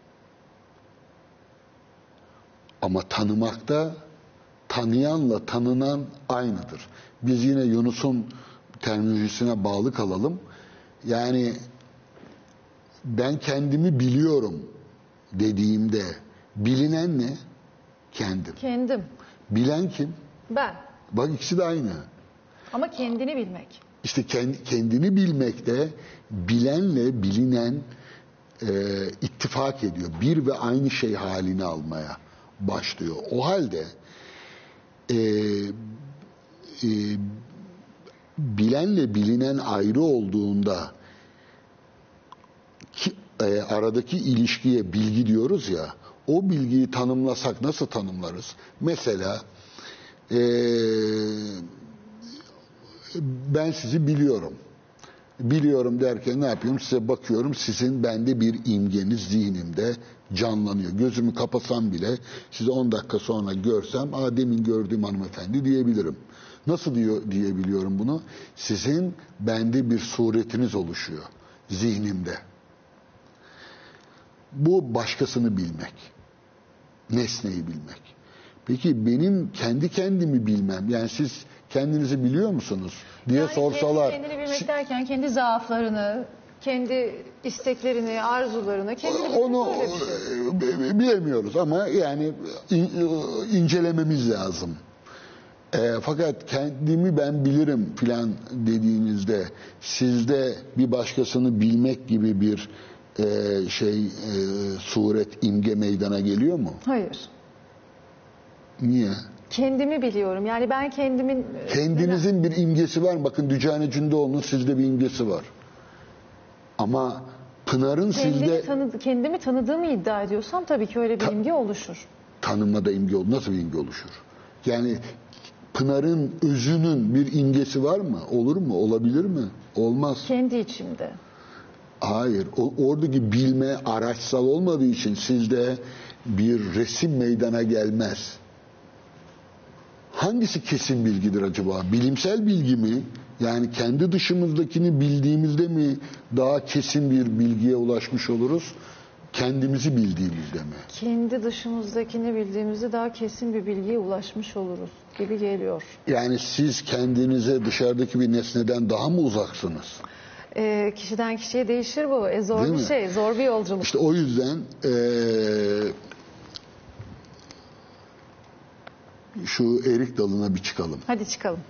Ama tanımakta tanıyanla tanınan aynıdır. Biz yine Yunus'un terminolojisine bağlı kalalım. Yani ben kendimi biliyorum dediğimde bilinen ne? Kendim. Kendim. Bilen kim? Ben. Bak ikisi de aynı. Ama kendini bilmek. İşte kendini bilmekte bilenle bilinen e, ittifak ediyor. Bir ve aynı şey halini almaya başlıyor. O halde e, e, bilenle bilinen ayrı olduğunda ki, e, aradaki ilişkiye bilgi diyoruz ya, o bilgiyi tanımlasak nasıl tanımlarız? Mesela e, ben sizi biliyorum. Biliyorum derken ne yapıyorum? Size bakıyorum, sizin bende bir imgeniz zihnimde canlanıyor. Gözümü kapasam bile sizi on dakika sonra görsem, aa demin gördüğüm hanımefendi diyebilirim. Nasıl diyor, diyebiliyorum bunu? Sizin bende bir suretiniz oluşuyor zihnimde. Bu başkasını bilmek. Nesneyi bilmek. Peki benim kendi kendimi bilmem, yani siz kendinizi biliyor musunuz diye yani sorsalar. Kendini bilmek derken kendi zaaflarını, kendi isteklerini, arzularını, kendini bilmek, onu öyle bir şey. bilemiyoruz ama yani in, incelememiz lazım. E, fakat kendimi ben bilirim filan dediğinizde sizde bir başkasını bilmek gibi bir e, şey e, suret, imge meydana geliyor mu? Hayır. Niye? Kendimi biliyorum. Yani ben kendimin... Kendinizin bir imgesi var mı? Bakın Dücane Cündoğlu'nun sizde bir imgesi var. Ama Pınar'ın kendimi sizde... Tanı, kendimi tanıdığımı iddia ediyorsam tabii ki öyle bir Ta, imge oluşur. Tanımada imge olur. Nasıl bir imge oluşur? Yani Pınar'ın özünün bir imgesi var mı? Olur mu? Olabilir mi? Olmaz. Kendi içimde. Hayır. O, oradaki bilme araçsal olmadığı için sizde bir resim meydana gelmez. Hangisi kesin bilgidir acaba? Bilimsel bilgi mi? Yani kendi dışımızdakini bildiğimizde mi daha kesin bir bilgiye ulaşmış oluruz? Kendimizi bildiğimizde mi? Kendi dışımızdakini bildiğimizde daha kesin bir bilgiye ulaşmış oluruz gibi geliyor. Yani siz kendinize dışarıdaki bir nesneden daha mı uzaksınız? E, kişiden kişiye değişir bu. E, zor Değil bir mi? şey, zor bir yolculuk. İşte o yüzden e, şu erik dalına bir çıkalım. Hadi çıkalım.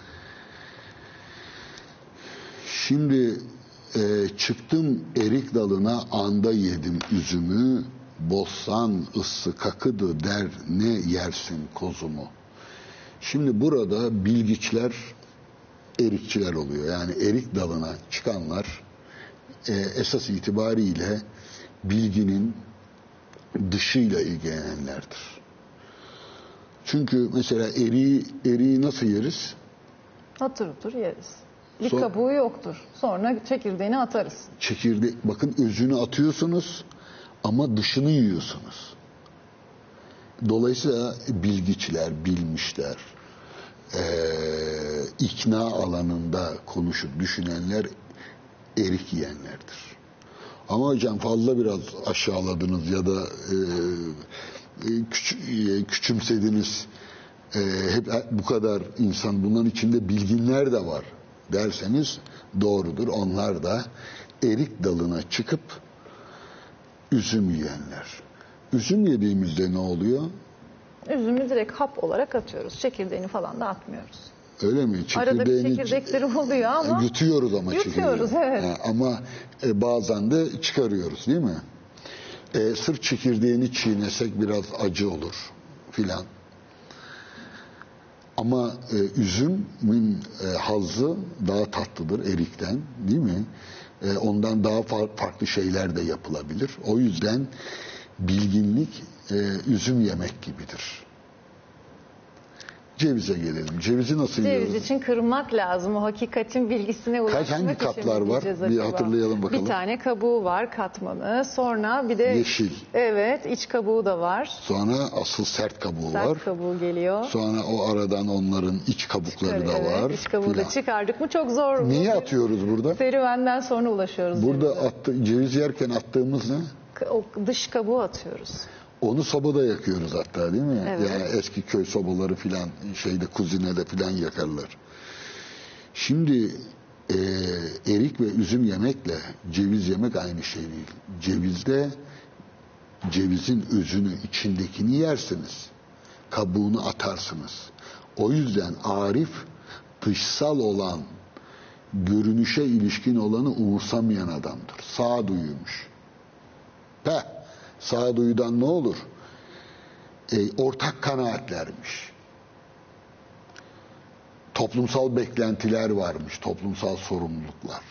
Şimdi e, çıktım erik dalına, anda yedim üzümü, bostan ıssı kakıdı der ne yersin kozumu. Şimdi burada bilgiçler erikçiler oluyor. Yani erik dalına çıkanlar e, esas itibariyle bilginin dışıyla ilgilenenlerdir. Çünkü mesela eriği, eriği nasıl yeriz? Atır otur yeriz. Bir So- kabuğu yoktur. Sonra çekirdeğini atarız. Çekirdek, bakın özünü atıyorsunuz ama dışını yiyorsunuz. Dolayısıyla bilgiçler, bilmişler, e, ikna alanında konuşup düşünenler erik yiyenlerdir. Ama hocam fazla biraz aşağıladınız ya da e, küç, e, küçümsediniz. E, hep bu kadar insan, bunların içinde bilginler de var derseniz doğrudur. Onlar da erik dalına çıkıp üzüm yiyenler. Üzüm yediğimizde ne oluyor? Üzümü direkt hap olarak atıyoruz. Çekirdeğini falan da atmıyoruz. Öyle mi? Arada bir çekirdekleri oluyor ama yutuyoruz ama yutuyoruz, çekirdeği. evet. Ha, ama e, bazen de çıkarıyoruz değil mi? E, sırf çekirdeğini çiğnesek biraz acı olur filan. Ama e, üzümün e, hazzı daha tatlıdır erikten, değil mi? E, ondan daha far, farklı şeyler de yapılabilir. O yüzden bilginlik e, üzüm yemek gibidir. Cevize gelelim. Cevizi nasıl Ceviz yiyoruz? için kırmak lazım. O hakikatin bilgisine ulaşmak Kaç hangi için katlar mi var? diyeceğiz Bir acaba? hatırlayalım bakalım. Bir tane kabuğu var, katmanı. Sonra bir de Yeşil. evet, iç kabuğu da var. Sonra asıl sert kabuğu Sert var. kabuğu geliyor. Sonra o aradan onların iç kabukları da Evet, var. iç kabuğu da filan. çıkardık mı çok zor. Niye atıyoruz burada? Serüvenden sonra ulaşıyoruz. Burada cevize. attı, ceviz yerken attığımız ne? O dış kabuğu atıyoruz. Onu sobada yakıyoruz hatta, değil mi? Evet. Yani eski köy sobaları filan, şeyde kuzinede filan yakarlar. Şimdi e, erik ve üzüm yemekle ceviz yemek aynı şey değil. Cevizde cevizin özünü, içindekini yersiniz. Kabuğunu atarsınız. O yüzden Arif dışsal olan, görünüşe ilişkin olanı umursamayan adamdır. Sağduyuymuş. Peh, sağduyudan ne olur? E, ortak kanaatlermiş. Toplumsal beklentiler varmış, toplumsal sorumluluklar.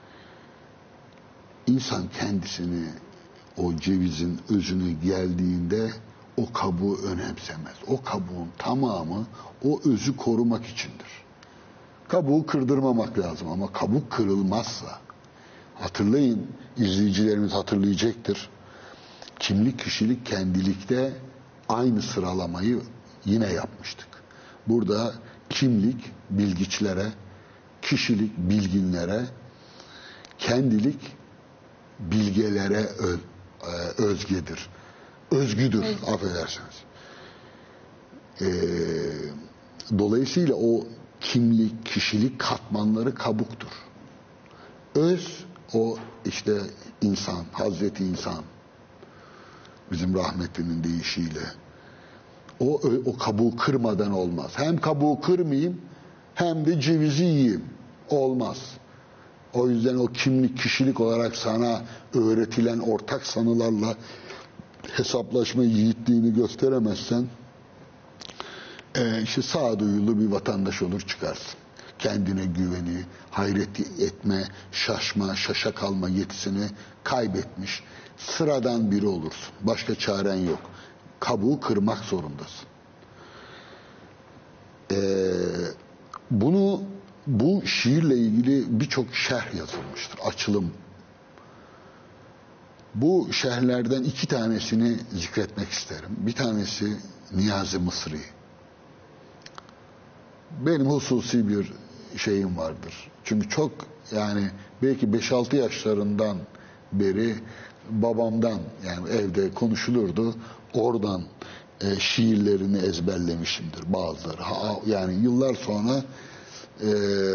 İnsan kendisini, o cevizin özünü geldiğinde o kabuğu önemsemez. O kabuğun tamamı o özü korumak içindir. Kabuğu kırdırmamak lazım ama kabuk kırılmazsa, hatırlayın, izleyicilerimiz hatırlayacaktır. Kimlik, kişilik, kendilikte aynı sıralamayı yine yapmıştık. Burada kimlik bilgiçlere, kişilik bilginlere, kendilik bilgelere öz, e, özgedir. Özgüdür, evet. Affedersiniz. Ee, dolayısıyla o kimlik, kişilik katmanları kabuktur. Öz, o işte insan, Hazreti İnsan. Bizim rahmetlinin deyişiyle. O, o kabuğu kırmadan olmaz. Hem kabuğu kırmayayım hem de cevizi yiyeyim. Olmaz. O yüzden o kimlik, kişilik olarak sana öğretilen ortak sanılarla hesaplaşma yiğitliğini gösteremezsen e, işte sağduyulu bir vatandaş olur çıkarsın. Kendine güveni, hayret etme, şaşma, şaşa kalma yetisini kaybetmiş sıradan biri olursun. Başka çaren yok. Kabuğu kırmak zorundasın. Ee, bunu bu şiirle ilgili birçok şerh yazılmıştır. Açılım. Bu şerhlerden iki tanesini zikretmek isterim. Bir tanesi Niyazi Mısri. Benim hususi bir şeyim vardır. Çünkü çok, yani belki beş altı yaşlarından beri babamdan, yani evde konuşulurdu, oradan e, şiirlerini ezberlemişimdir bazıları. Ha, yani yıllar sonra e,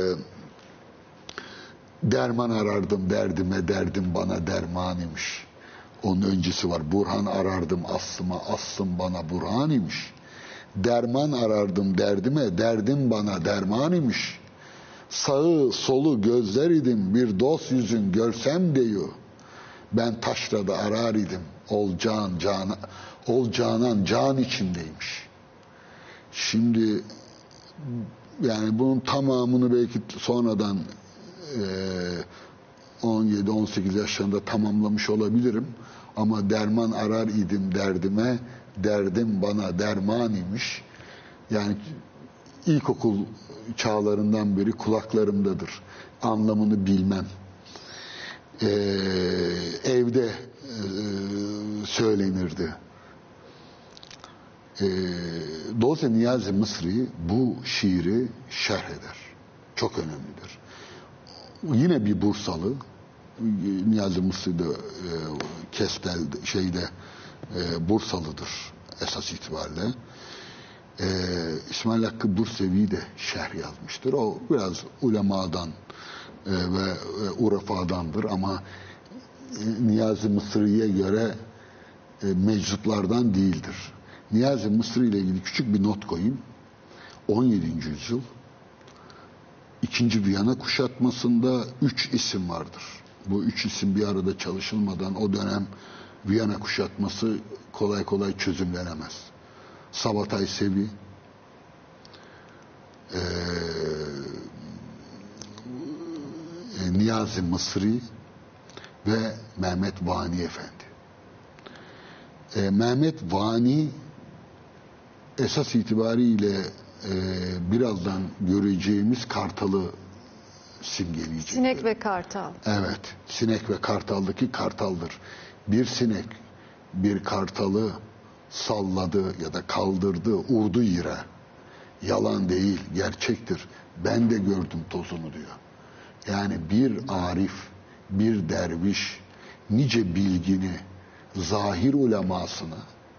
derman arardım derdime, derdim bana derman imiş. Onun öncesi var. Burhan arardım aslıma, aslım bana burhan imiş. Derman arardım derdime, derdim bana derman imiş. Sağı solu gözler idim, bir dost yüzün görsem diyor. Ben taşrada arar idim, ol can, cana, ol canan can içindeymiş. Şimdi yani bunun tamamını belki sonradan on yedi on sekiz yaşlarında tamamlamış olabilirim. Ama derman arar idim derdime, derdim bana derman imiş. Yani ilkokul çağlarından beri kulaklarımdadır. Anlamını bilmem. Ee, evde e, söylenirdi. Ee, dolayısıyla Niyazi Mısri bu şiiri şerh eder. Çok önemlidir. Yine bir Bursalı, Niyazi Mısri de e, Kestel şeyde e, Bursalıdır esas itibariyle. E, İsmail Hakkı Bursevi de şerh yazmıştır. O biraz ulemadan e, ve e, Urafa'dandır ama e, Niyazi Mısri'ye göre e, meczuplardan değildir. Niyazi Mısri ile ilgili küçük bir not koyayım. on yedinci yüzyıl İkinci Viyana kuşatmasında üç isim vardır. Bu üç isim bir arada çalışılmadan o dönem Viyana kuşatması kolay kolay çözümlenemez. Sabatay Sevi, e, Niyazi Mısri ve Mehmet Vani Efendi. E, Mehmet Vani esas itibariyle e, birazdan göreceğimiz kartalı simgeleyecektir. Sinek ve kartal. Evet, sinek ve kartaldaki kartaldır. Bir sinek bir kartalı salladı ya da kaldırdı, urdu yere. Yalan değil, gerçektir. Ben de gördüm tozunu diyor. Yani bir arif, bir derviş, nice bilgini, zahir ulemasını,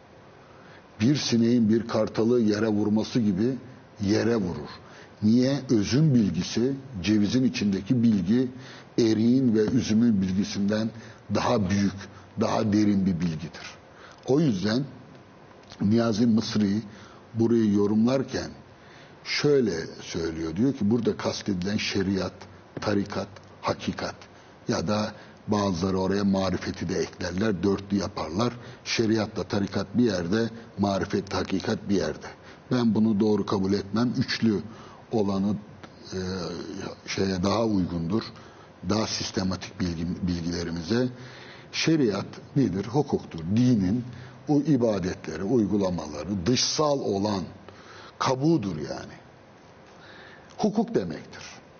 bir sineğin bir kartalı yere vurması gibi yere vurur. Niye? Özün bilgisi, cevizin içindeki bilgi, eriğin ve üzümün bilgisinden daha büyük, daha derin bir bilgidir. O yüzden Niyazi Mısri burayı yorumlarken şöyle söylüyor. Diyor ki burada kastedilen şeriat, tarikat, hakikat ya da bazıları oraya marifeti de eklerler, dörtlü yaparlar. Şeriatla tarikat bir yerde, marifet, hakikat bir yerde. Ben bunu doğru kabul etmem. Üçlü olanı e, şeye daha uygundur. Daha sistematik bilgi, bilgilerimize. Şeriat nedir? Hukuktur. Dinin o ibadetleri, uygulamaları, dışsal olan kabuğudur yani. Hukuk demektir.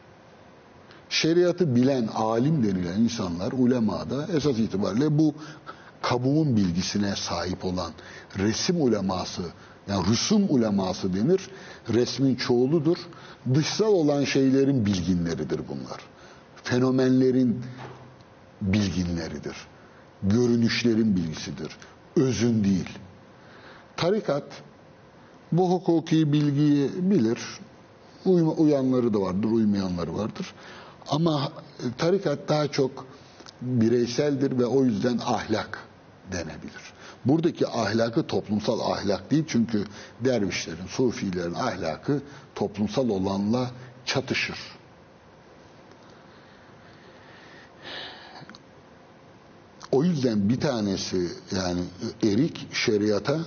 Şeriatı bilen, alim denilen insanlar, ulemada esas itibariyle bu kabuğun bilgisine sahip olan resim uleması, yani rüsum uleması denir. Resmin çoğuludur. Dışsal olan şeylerin bilginleridir bunlar. Fenomenlerin bilginleridir. Görünüşlerin bilgisidir. Özün değil. Tarikat bu hukuki bilgiyi bilir. Uyma, uyanları da vardır, uymayanları vardır. Ama tarikat daha çok bireyseldir ve o yüzden ahlak denebilir. Buradaki ahlakı toplumsal ahlak değil, çünkü dervişlerin, sufilerin ahlakı toplumsal olanla çatışır. O yüzden bir tanesi, yani erik şeriata,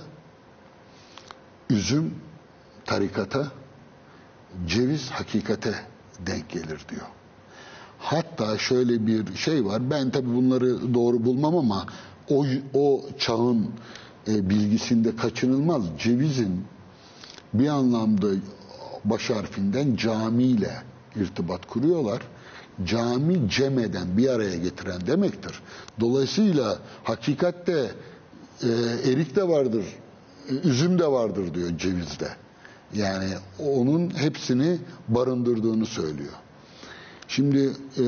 üzüm tarikata, ceviz hakikate denk gelir diyor. Hatta şöyle bir şey var. Ben tabii bunları doğru bulmam ama o, o çağın e, bilgisinde kaçınılmaz. Cevizin bir anlamda baş harfinden camiyle irtibat kuruyorlar. Cami cem eden, bir araya getiren demektir. Dolayısıyla hakikatte e, erik de vardır, üzüm de vardır diyor cevizde. Yani onun hepsini barındırdığını söylüyor. Şimdi e,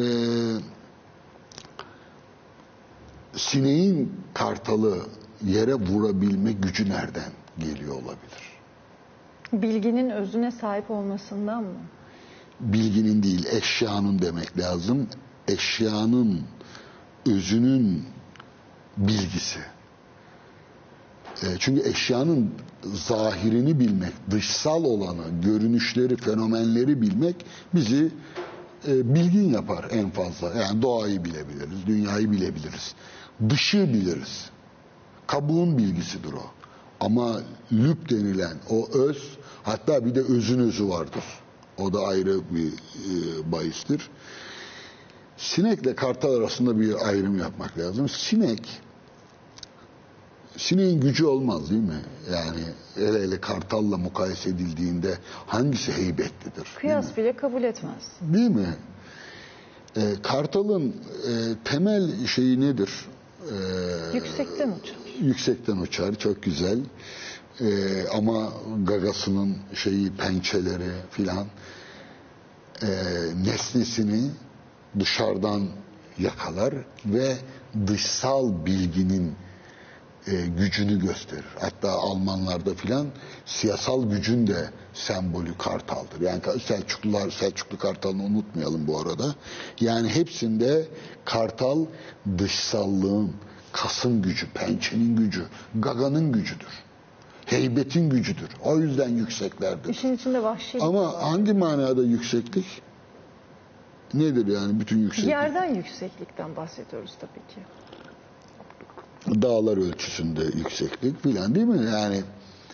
sineğin kartalı yere vurabilme gücü nereden geliyor olabilir? Bilginin özüne sahip olmasından mı? Bilginin değil, eşyanın demek lazım. Eşyanın, özünün bilgisi. E, çünkü eşyanın zahirini bilmek, dışsal olanı, görünüşleri, fenomenleri bilmek bizi e, bilgin yapar en fazla. Yani doğayı bilebiliriz, dünyayı bilebiliriz. Dışı biliriz. Kabuğun bilgisidir o. Ama lüb denilen o öz, hatta bir de özün özü vardır. O da ayrı bir e, bahistir. Sinekle kartal arasında bir ayrım yapmak lazım. Sinek, sineğin gücü olmaz değil mi? Yani hele hele kartalla mukayese edildiğinde hangisi heybetlidir? Kıyas bile kabul etmez. Değil mi? E, kartalın e, temel şeyi nedir? E, Yüksekten uçar. Yüksekten uçar, çok güzel. E, ama gagasının şeyi, pençeleri filan e, nesnesini dışarıdan yakalar ve dışsal bilginin e, gücünü gösterir. Hatta Almanlarda filan siyasal gücün de sembolü kartaldır. Yani Selçuklular, Selçuklu kartalını unutmayalım bu arada. Yani hepsinde kartal dışsallığın, kasın gücü, pençenin gücü, gaganın gücüdür. Heybetin gücüdür. O yüzden yükseklerdir. İşin içinde vahşilik. Ama hangi manada yükseklik? Nedir yani bütün yükseklik? Yerden yükseklikten bahsediyoruz tabii ki. Dağlar ölçüsünde yükseklik filan değil mi? Yani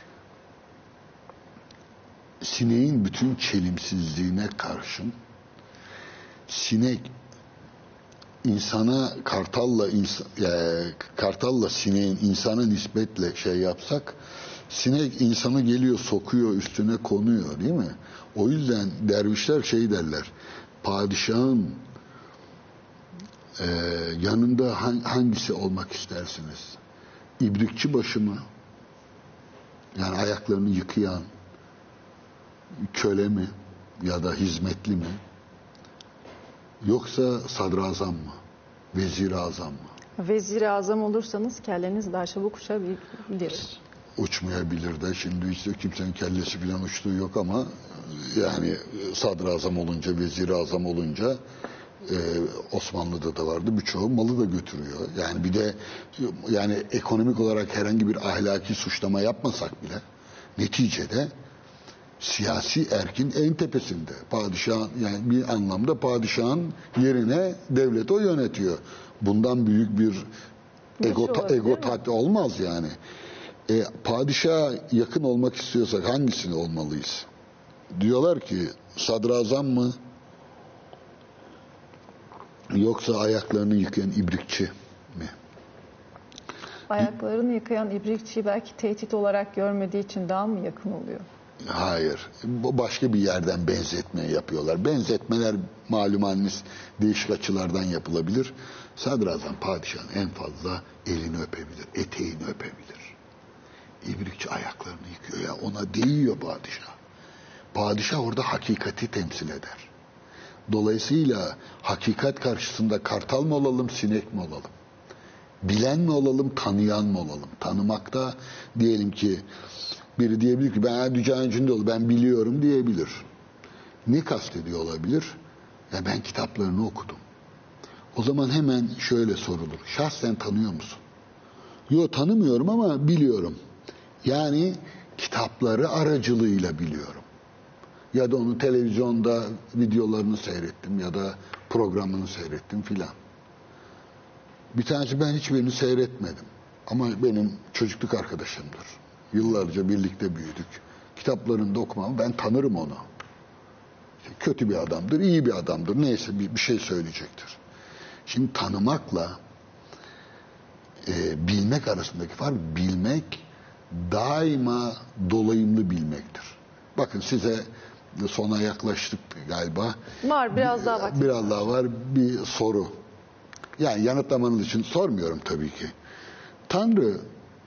sineğin bütün çelimsizliğine karşın sinek insana kartalla ins e, kartalla sineğin insana nispetle şey yapsak Sinek insanı geliyor, sokuyor, üstüne konuyor, değil mi? O yüzden dervişler şey derler. Padişahın e, yanında hangisi olmak istersiniz? İbrikçi başı mı? Yani ayaklarını yıkayan köle mi? Ya da hizmetli mi? Yoksa sadrazam mı? Vezir-i azam mı? Vezir-i azam olursanız kelleniz daha çabuk uçabilir. Uçmayabilir de. Şimdi işte kimsenin kellesi falan uçtuğu yok ama yani sadrazam olunca, vezir-i azam olunca e, Osmanlı'da da vardı. Birçoğu malı da götürüyor. Yani bir de yani ekonomik olarak herhangi bir ahlaki suçlama yapmasak bile neticede siyasi erkin en tepesinde. Padişah, yani bir anlamda padişahın yerine devlet o yönetiyor. Bundan büyük bir ego, ego tat olmaz yani. E, padişaha yakın olmak istiyorsak hangisini olmalıyız? Diyorlar ki sadrazam mı? Yoksa ayaklarını yıkayan ibrikçi mi? Ayaklarını yıkayan ibrikçiyi belki tehdit olarak görmediği için daha mı yakın oluyor? Hayır. Başka bir yerden benzetme yapıyorlar. Benzetmeler malumunuz değişik açılardan yapılabilir. Sadrazam padişahın en fazla elini öpebilir, eteğini öpebilir. İbrikçi ayaklarını yıkıyor ya, ona değiyor padişah. Padişah orada hakikati temsil eder. Dolayısıyla hakikat karşısında kartal mı olalım, sinek mi olalım? Bilen mi olalım, tanıyan mı olalım? Tanımakta diyelim ki biri diyebilir ki ben dünyanın içinde ol, ben biliyorum diyebilir. Ne kastediyor olabilir? Ya ben kitaplarını okudum. O zaman hemen şöyle sorulur. Şahsen tanıyor musun? Yok, tanımıyorum ama biliyorum. Yani kitapları aracılığıyla biliyorum. Ya da onu televizyonda videolarını seyrettim ya da programını seyrettim filan. Bir tanesi ben hiçbirini seyretmedim. Ama benim çocukluk arkadaşımdır. Yıllarca birlikte büyüdük. Kitaplarında okumam, ben tanırım onu. İşte kötü bir adamdır, iyi bir adamdır. Neyse bir, bir şey söyleyecektir. Şimdi tanımakla e, bilmek arasındaki fark, bilmek daima dolayımlı bilmektir. Bakın size sona yaklaştık galiba. Var, biraz daha vakit. Biraz daha var bir soru. Yani yanıtlamanız için sormuyorum tabii ki. Tanrı...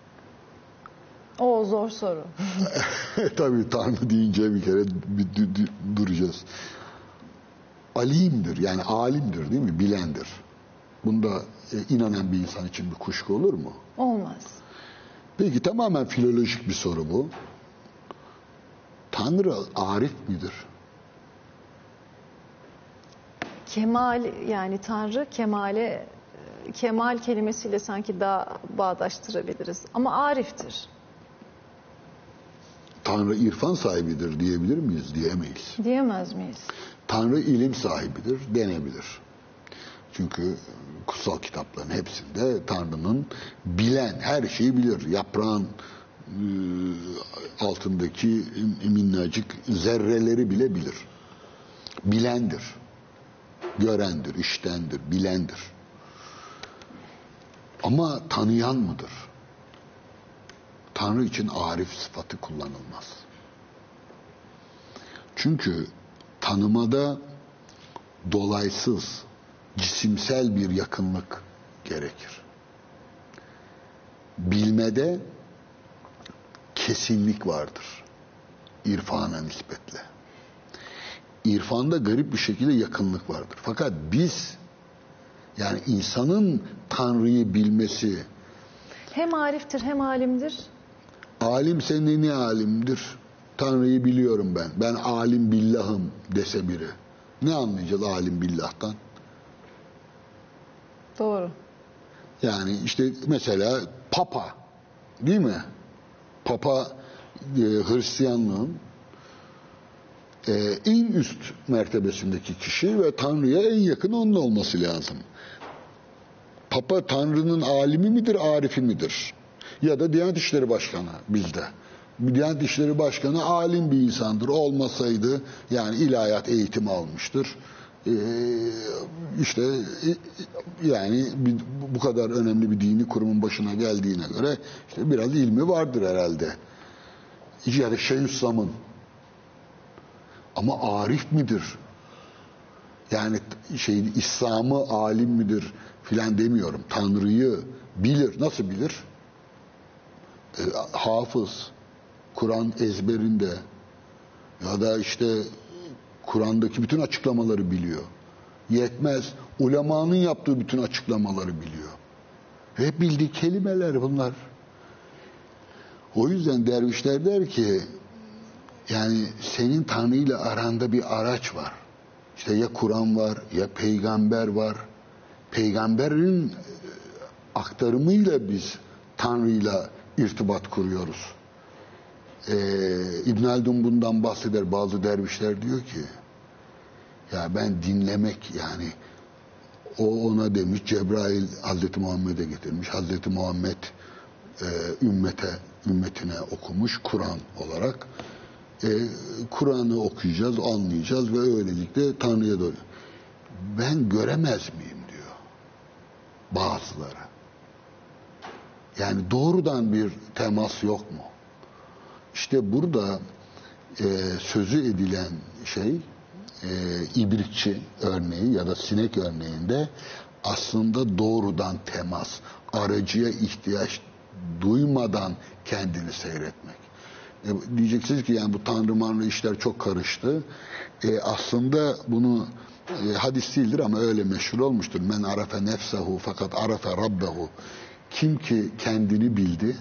O zor soru. Tabii Tanrı deyince bir kere bir duracağız. Alimdir, yani alimdir değil mi? Bilendir. Bunda e, inanan bir insan için bir kuşku olur mu? Olmaz. Peki tamamen filolojik bir soru bu. Tanrı arif midir? Kemal, yani Tanrı kemale, kemal kelimesiyle sanki daha bağdaştırabiliriz. Ama ariftir. Tanrı irfan sahibidir diyebilir miyiz? Diyemeyiz. Diyemez miyiz? Tanrı ilim sahibidir denebilir. Çünkü kutsal kitapların hepsinde Tanrı'nın bilen, her şeyi bilir. Yaprağın e, altındaki minnacık zerreleri bile bilir. Bilendir. Görendir, iştendir, bilendir. Ama tanıyan mıdır? Tanrı için arif sıfatı kullanılmaz. Çünkü tanımada dolaysız, cisimsel bir yakınlık gerekir. Bilmede kesinlik vardır. İrfana nispetle. İrfanda garip bir şekilde yakınlık vardır. Fakat biz, yani insanın Tanrı'yı bilmesi... Hem ariftir hem alimdir. Alim senin ne alimdir? Tanrı'yı biliyorum ben. Ben alim billahım dese biri. Ne anlayacağız alim billah'tan? Doğru. Yani işte mesela Papa, değil mi? Papa e, Hristiyanlığın e, en üst mertebesindeki kişi ve Tanrı'ya en yakın onun olması lazım. Papa Tanrı'nın alimi midir, arifi midir? Ya da Diyanet İşleri Başkanı bizde. Diyanet İşleri Başkanı alim bir insandır. Olmasaydı yani ilahiyat eğitimi almıştır. Ee, işte yani bu kadar önemli bir dini kurumun başına geldiğine göre işte biraz ilmi vardır herhalde. ya da Şeyhülislam'ın. Ama arif midir? Yani şey, İslam'ı alim midir filan demiyorum. Tanrı'yı bilir. Nasıl bilir? E, hafız. Kur'an ezberinde. Ya da işte Kur'an'daki bütün açıklamaları biliyor. Yetmez. Ulemanın yaptığı bütün açıklamaları biliyor. Hep bildiği kelimeler bunlar. O yüzden dervişler der ki, yani senin Tanrı ile aranda bir araç var. İşte ya Kur'an var, ya peygamber var. Peygamberin aktarımıyla biz Tanrı'yla irtibat kuruyoruz. Ee, İbn Haldun bundan bahseder. Bazı dervişler diyor ki, ya ben dinlemek, yani o ona demiş, Cebrail Hazreti Muhammed'e getirmiş. Hazreti Muhammed e, ümmete, ümmetine okumuş Kur'an olarak. E, Kur'an'ı okuyacağız, anlayacağız ve öylelikle Tanrı'ya doğru. Ben göremez miyim diyor bazıları. Yani doğrudan bir temas yok mu? İşte burada e, sözü edilen şey, e, ibrikçi örneği ya da sinek örneğinde aslında doğrudan temas, aracıya ihtiyaç duymadan kendini seyretmek. E, diyeceksiniz ki yani bu Tanrı manrı işler çok karıştı. E, aslında bunu e, hadis değildir ama öyle meşhur olmuştur. Men arafe nefsehu fakat arafe rabbehu. Kim ki kendini bildi,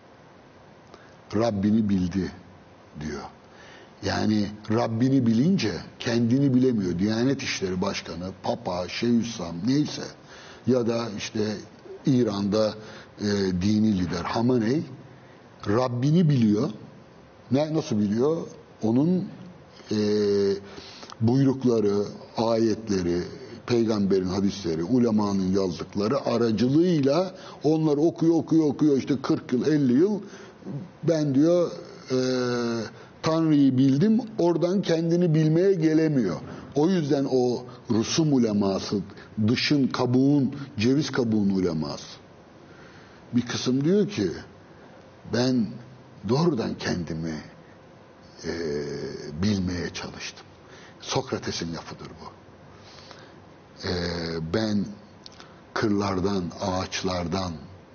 Rabbini bildi diyor. Yani Rabbini bilince kendini bilemiyor. Diyanet İşleri Başkanı, Papa, Şeyhülislam neyse ya da işte İran'da e, dini lider Hamenei Rabbini biliyor. Ne, nasıl biliyor? Onun e, buyrukları, ayetleri, peygamberin hadisleri, ulemanın yazdıkları aracılığıyla onları okuyor, okuyor, okuyor. İşte kırk yıl, elli yıl ben diyor e, Tanrı'yı bildim, oradan kendini bilmeye gelemiyor. O yüzden o Rusum uleması, dışın, kabuğun, ceviz kabuğun uleması. Bir kısım diyor ki, ben doğrudan kendimi e, bilmeye çalıştım. Sokrates'in lafıdır bu. E, ben kırlardan, ağaçlardan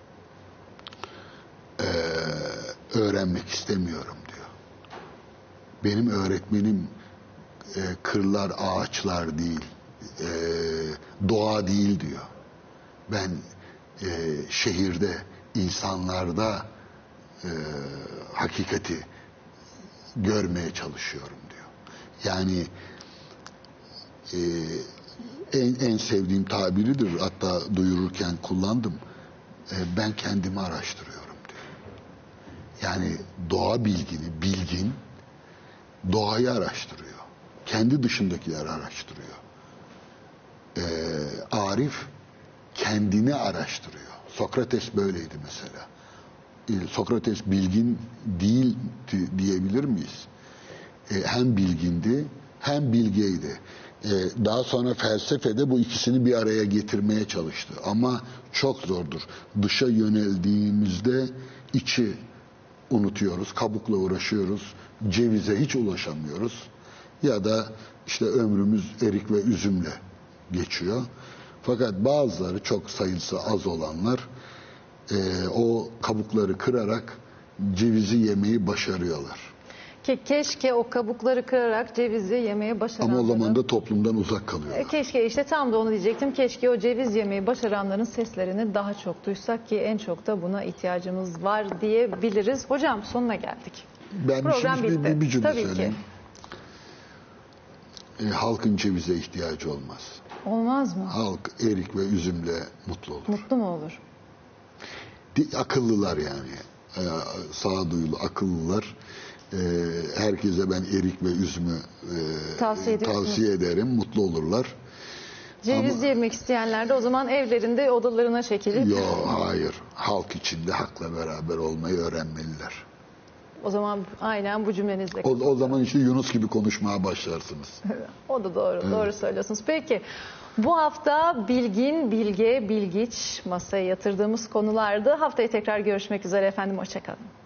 e, öğrenmek istemiyorum diyor. Benim öğretmenim e, kırlar, ağaçlar değil, e, doğa değil diyor. Ben e, şehirde, insanlarda e, hakikati görmeye çalışıyorum diyor. Yani e, en, en sevdiğim tabiridir, hatta duyururken kullandım. E, ben kendimi araştırıyorum diyor. Yani doğa bilgini, bilgin doğayı araştırıyor. Kendi dışındakileri araştırıyor. E, Arif kendini araştırıyor. Sokrates böyleydi mesela. Sokrates bilgin değil diyebilir miyiz? E, hem bilgindi hem bilgeydi. E, daha sonra felsefede bu ikisini bir araya getirmeye çalıştı. Ama çok zordur. Dışa yöneldiğimizde içi unutuyoruz, kabukla uğraşıyoruz, cevize hiç ulaşamıyoruz. Ya da işte ömrümüz erik ve üzümle geçiyor. Fakat bazıları, çok sayısı az olanlar, e, o kabukları kırarak cevizi yemeyi başarıyorlar. Ke keşke o kabukları kırarak cevizi yemeyi başaranların... Ama o zaman da toplumdan uzak kalıyorlar. Keşke, işte tam da onu diyecektim. Keşke o ceviz yemeyi başaranların seslerini daha çok duysak ki en çok da buna ihtiyacımız var diyebiliriz. Hocam sonuna geldik. Ben Program şimdi bitti. bir, bir cümle Tabii söyleyeyim. Ki. E, halkın cevize ihtiyacı olmaz. Olmaz mı? Halk erik ve üzümle mutlu olur. Mutlu mu olur? Akıllılar yani. E, sağduyulu akıllılar. E, herkese ben erik ve üzümü e, tavsiye, tavsiye ederim. Mutlu olurlar. Ceviz Ama, yemek isteyenler de o zaman evlerinde odalarına çekilip... Yok, hayır. Halk içinde hakla beraber olmayı öğrenmeliler. O zaman aynen bu cümlenizle... O, o zaman işte Yunus gibi konuşmaya başlarsınız. O da doğru, evet. Doğru söylüyorsunuz. Peki, bu hafta bilgin, bilge, bilgiç masaya yatırdığımız konulardı. Haftaya tekrar görüşmek üzere efendim, hoşça kalın.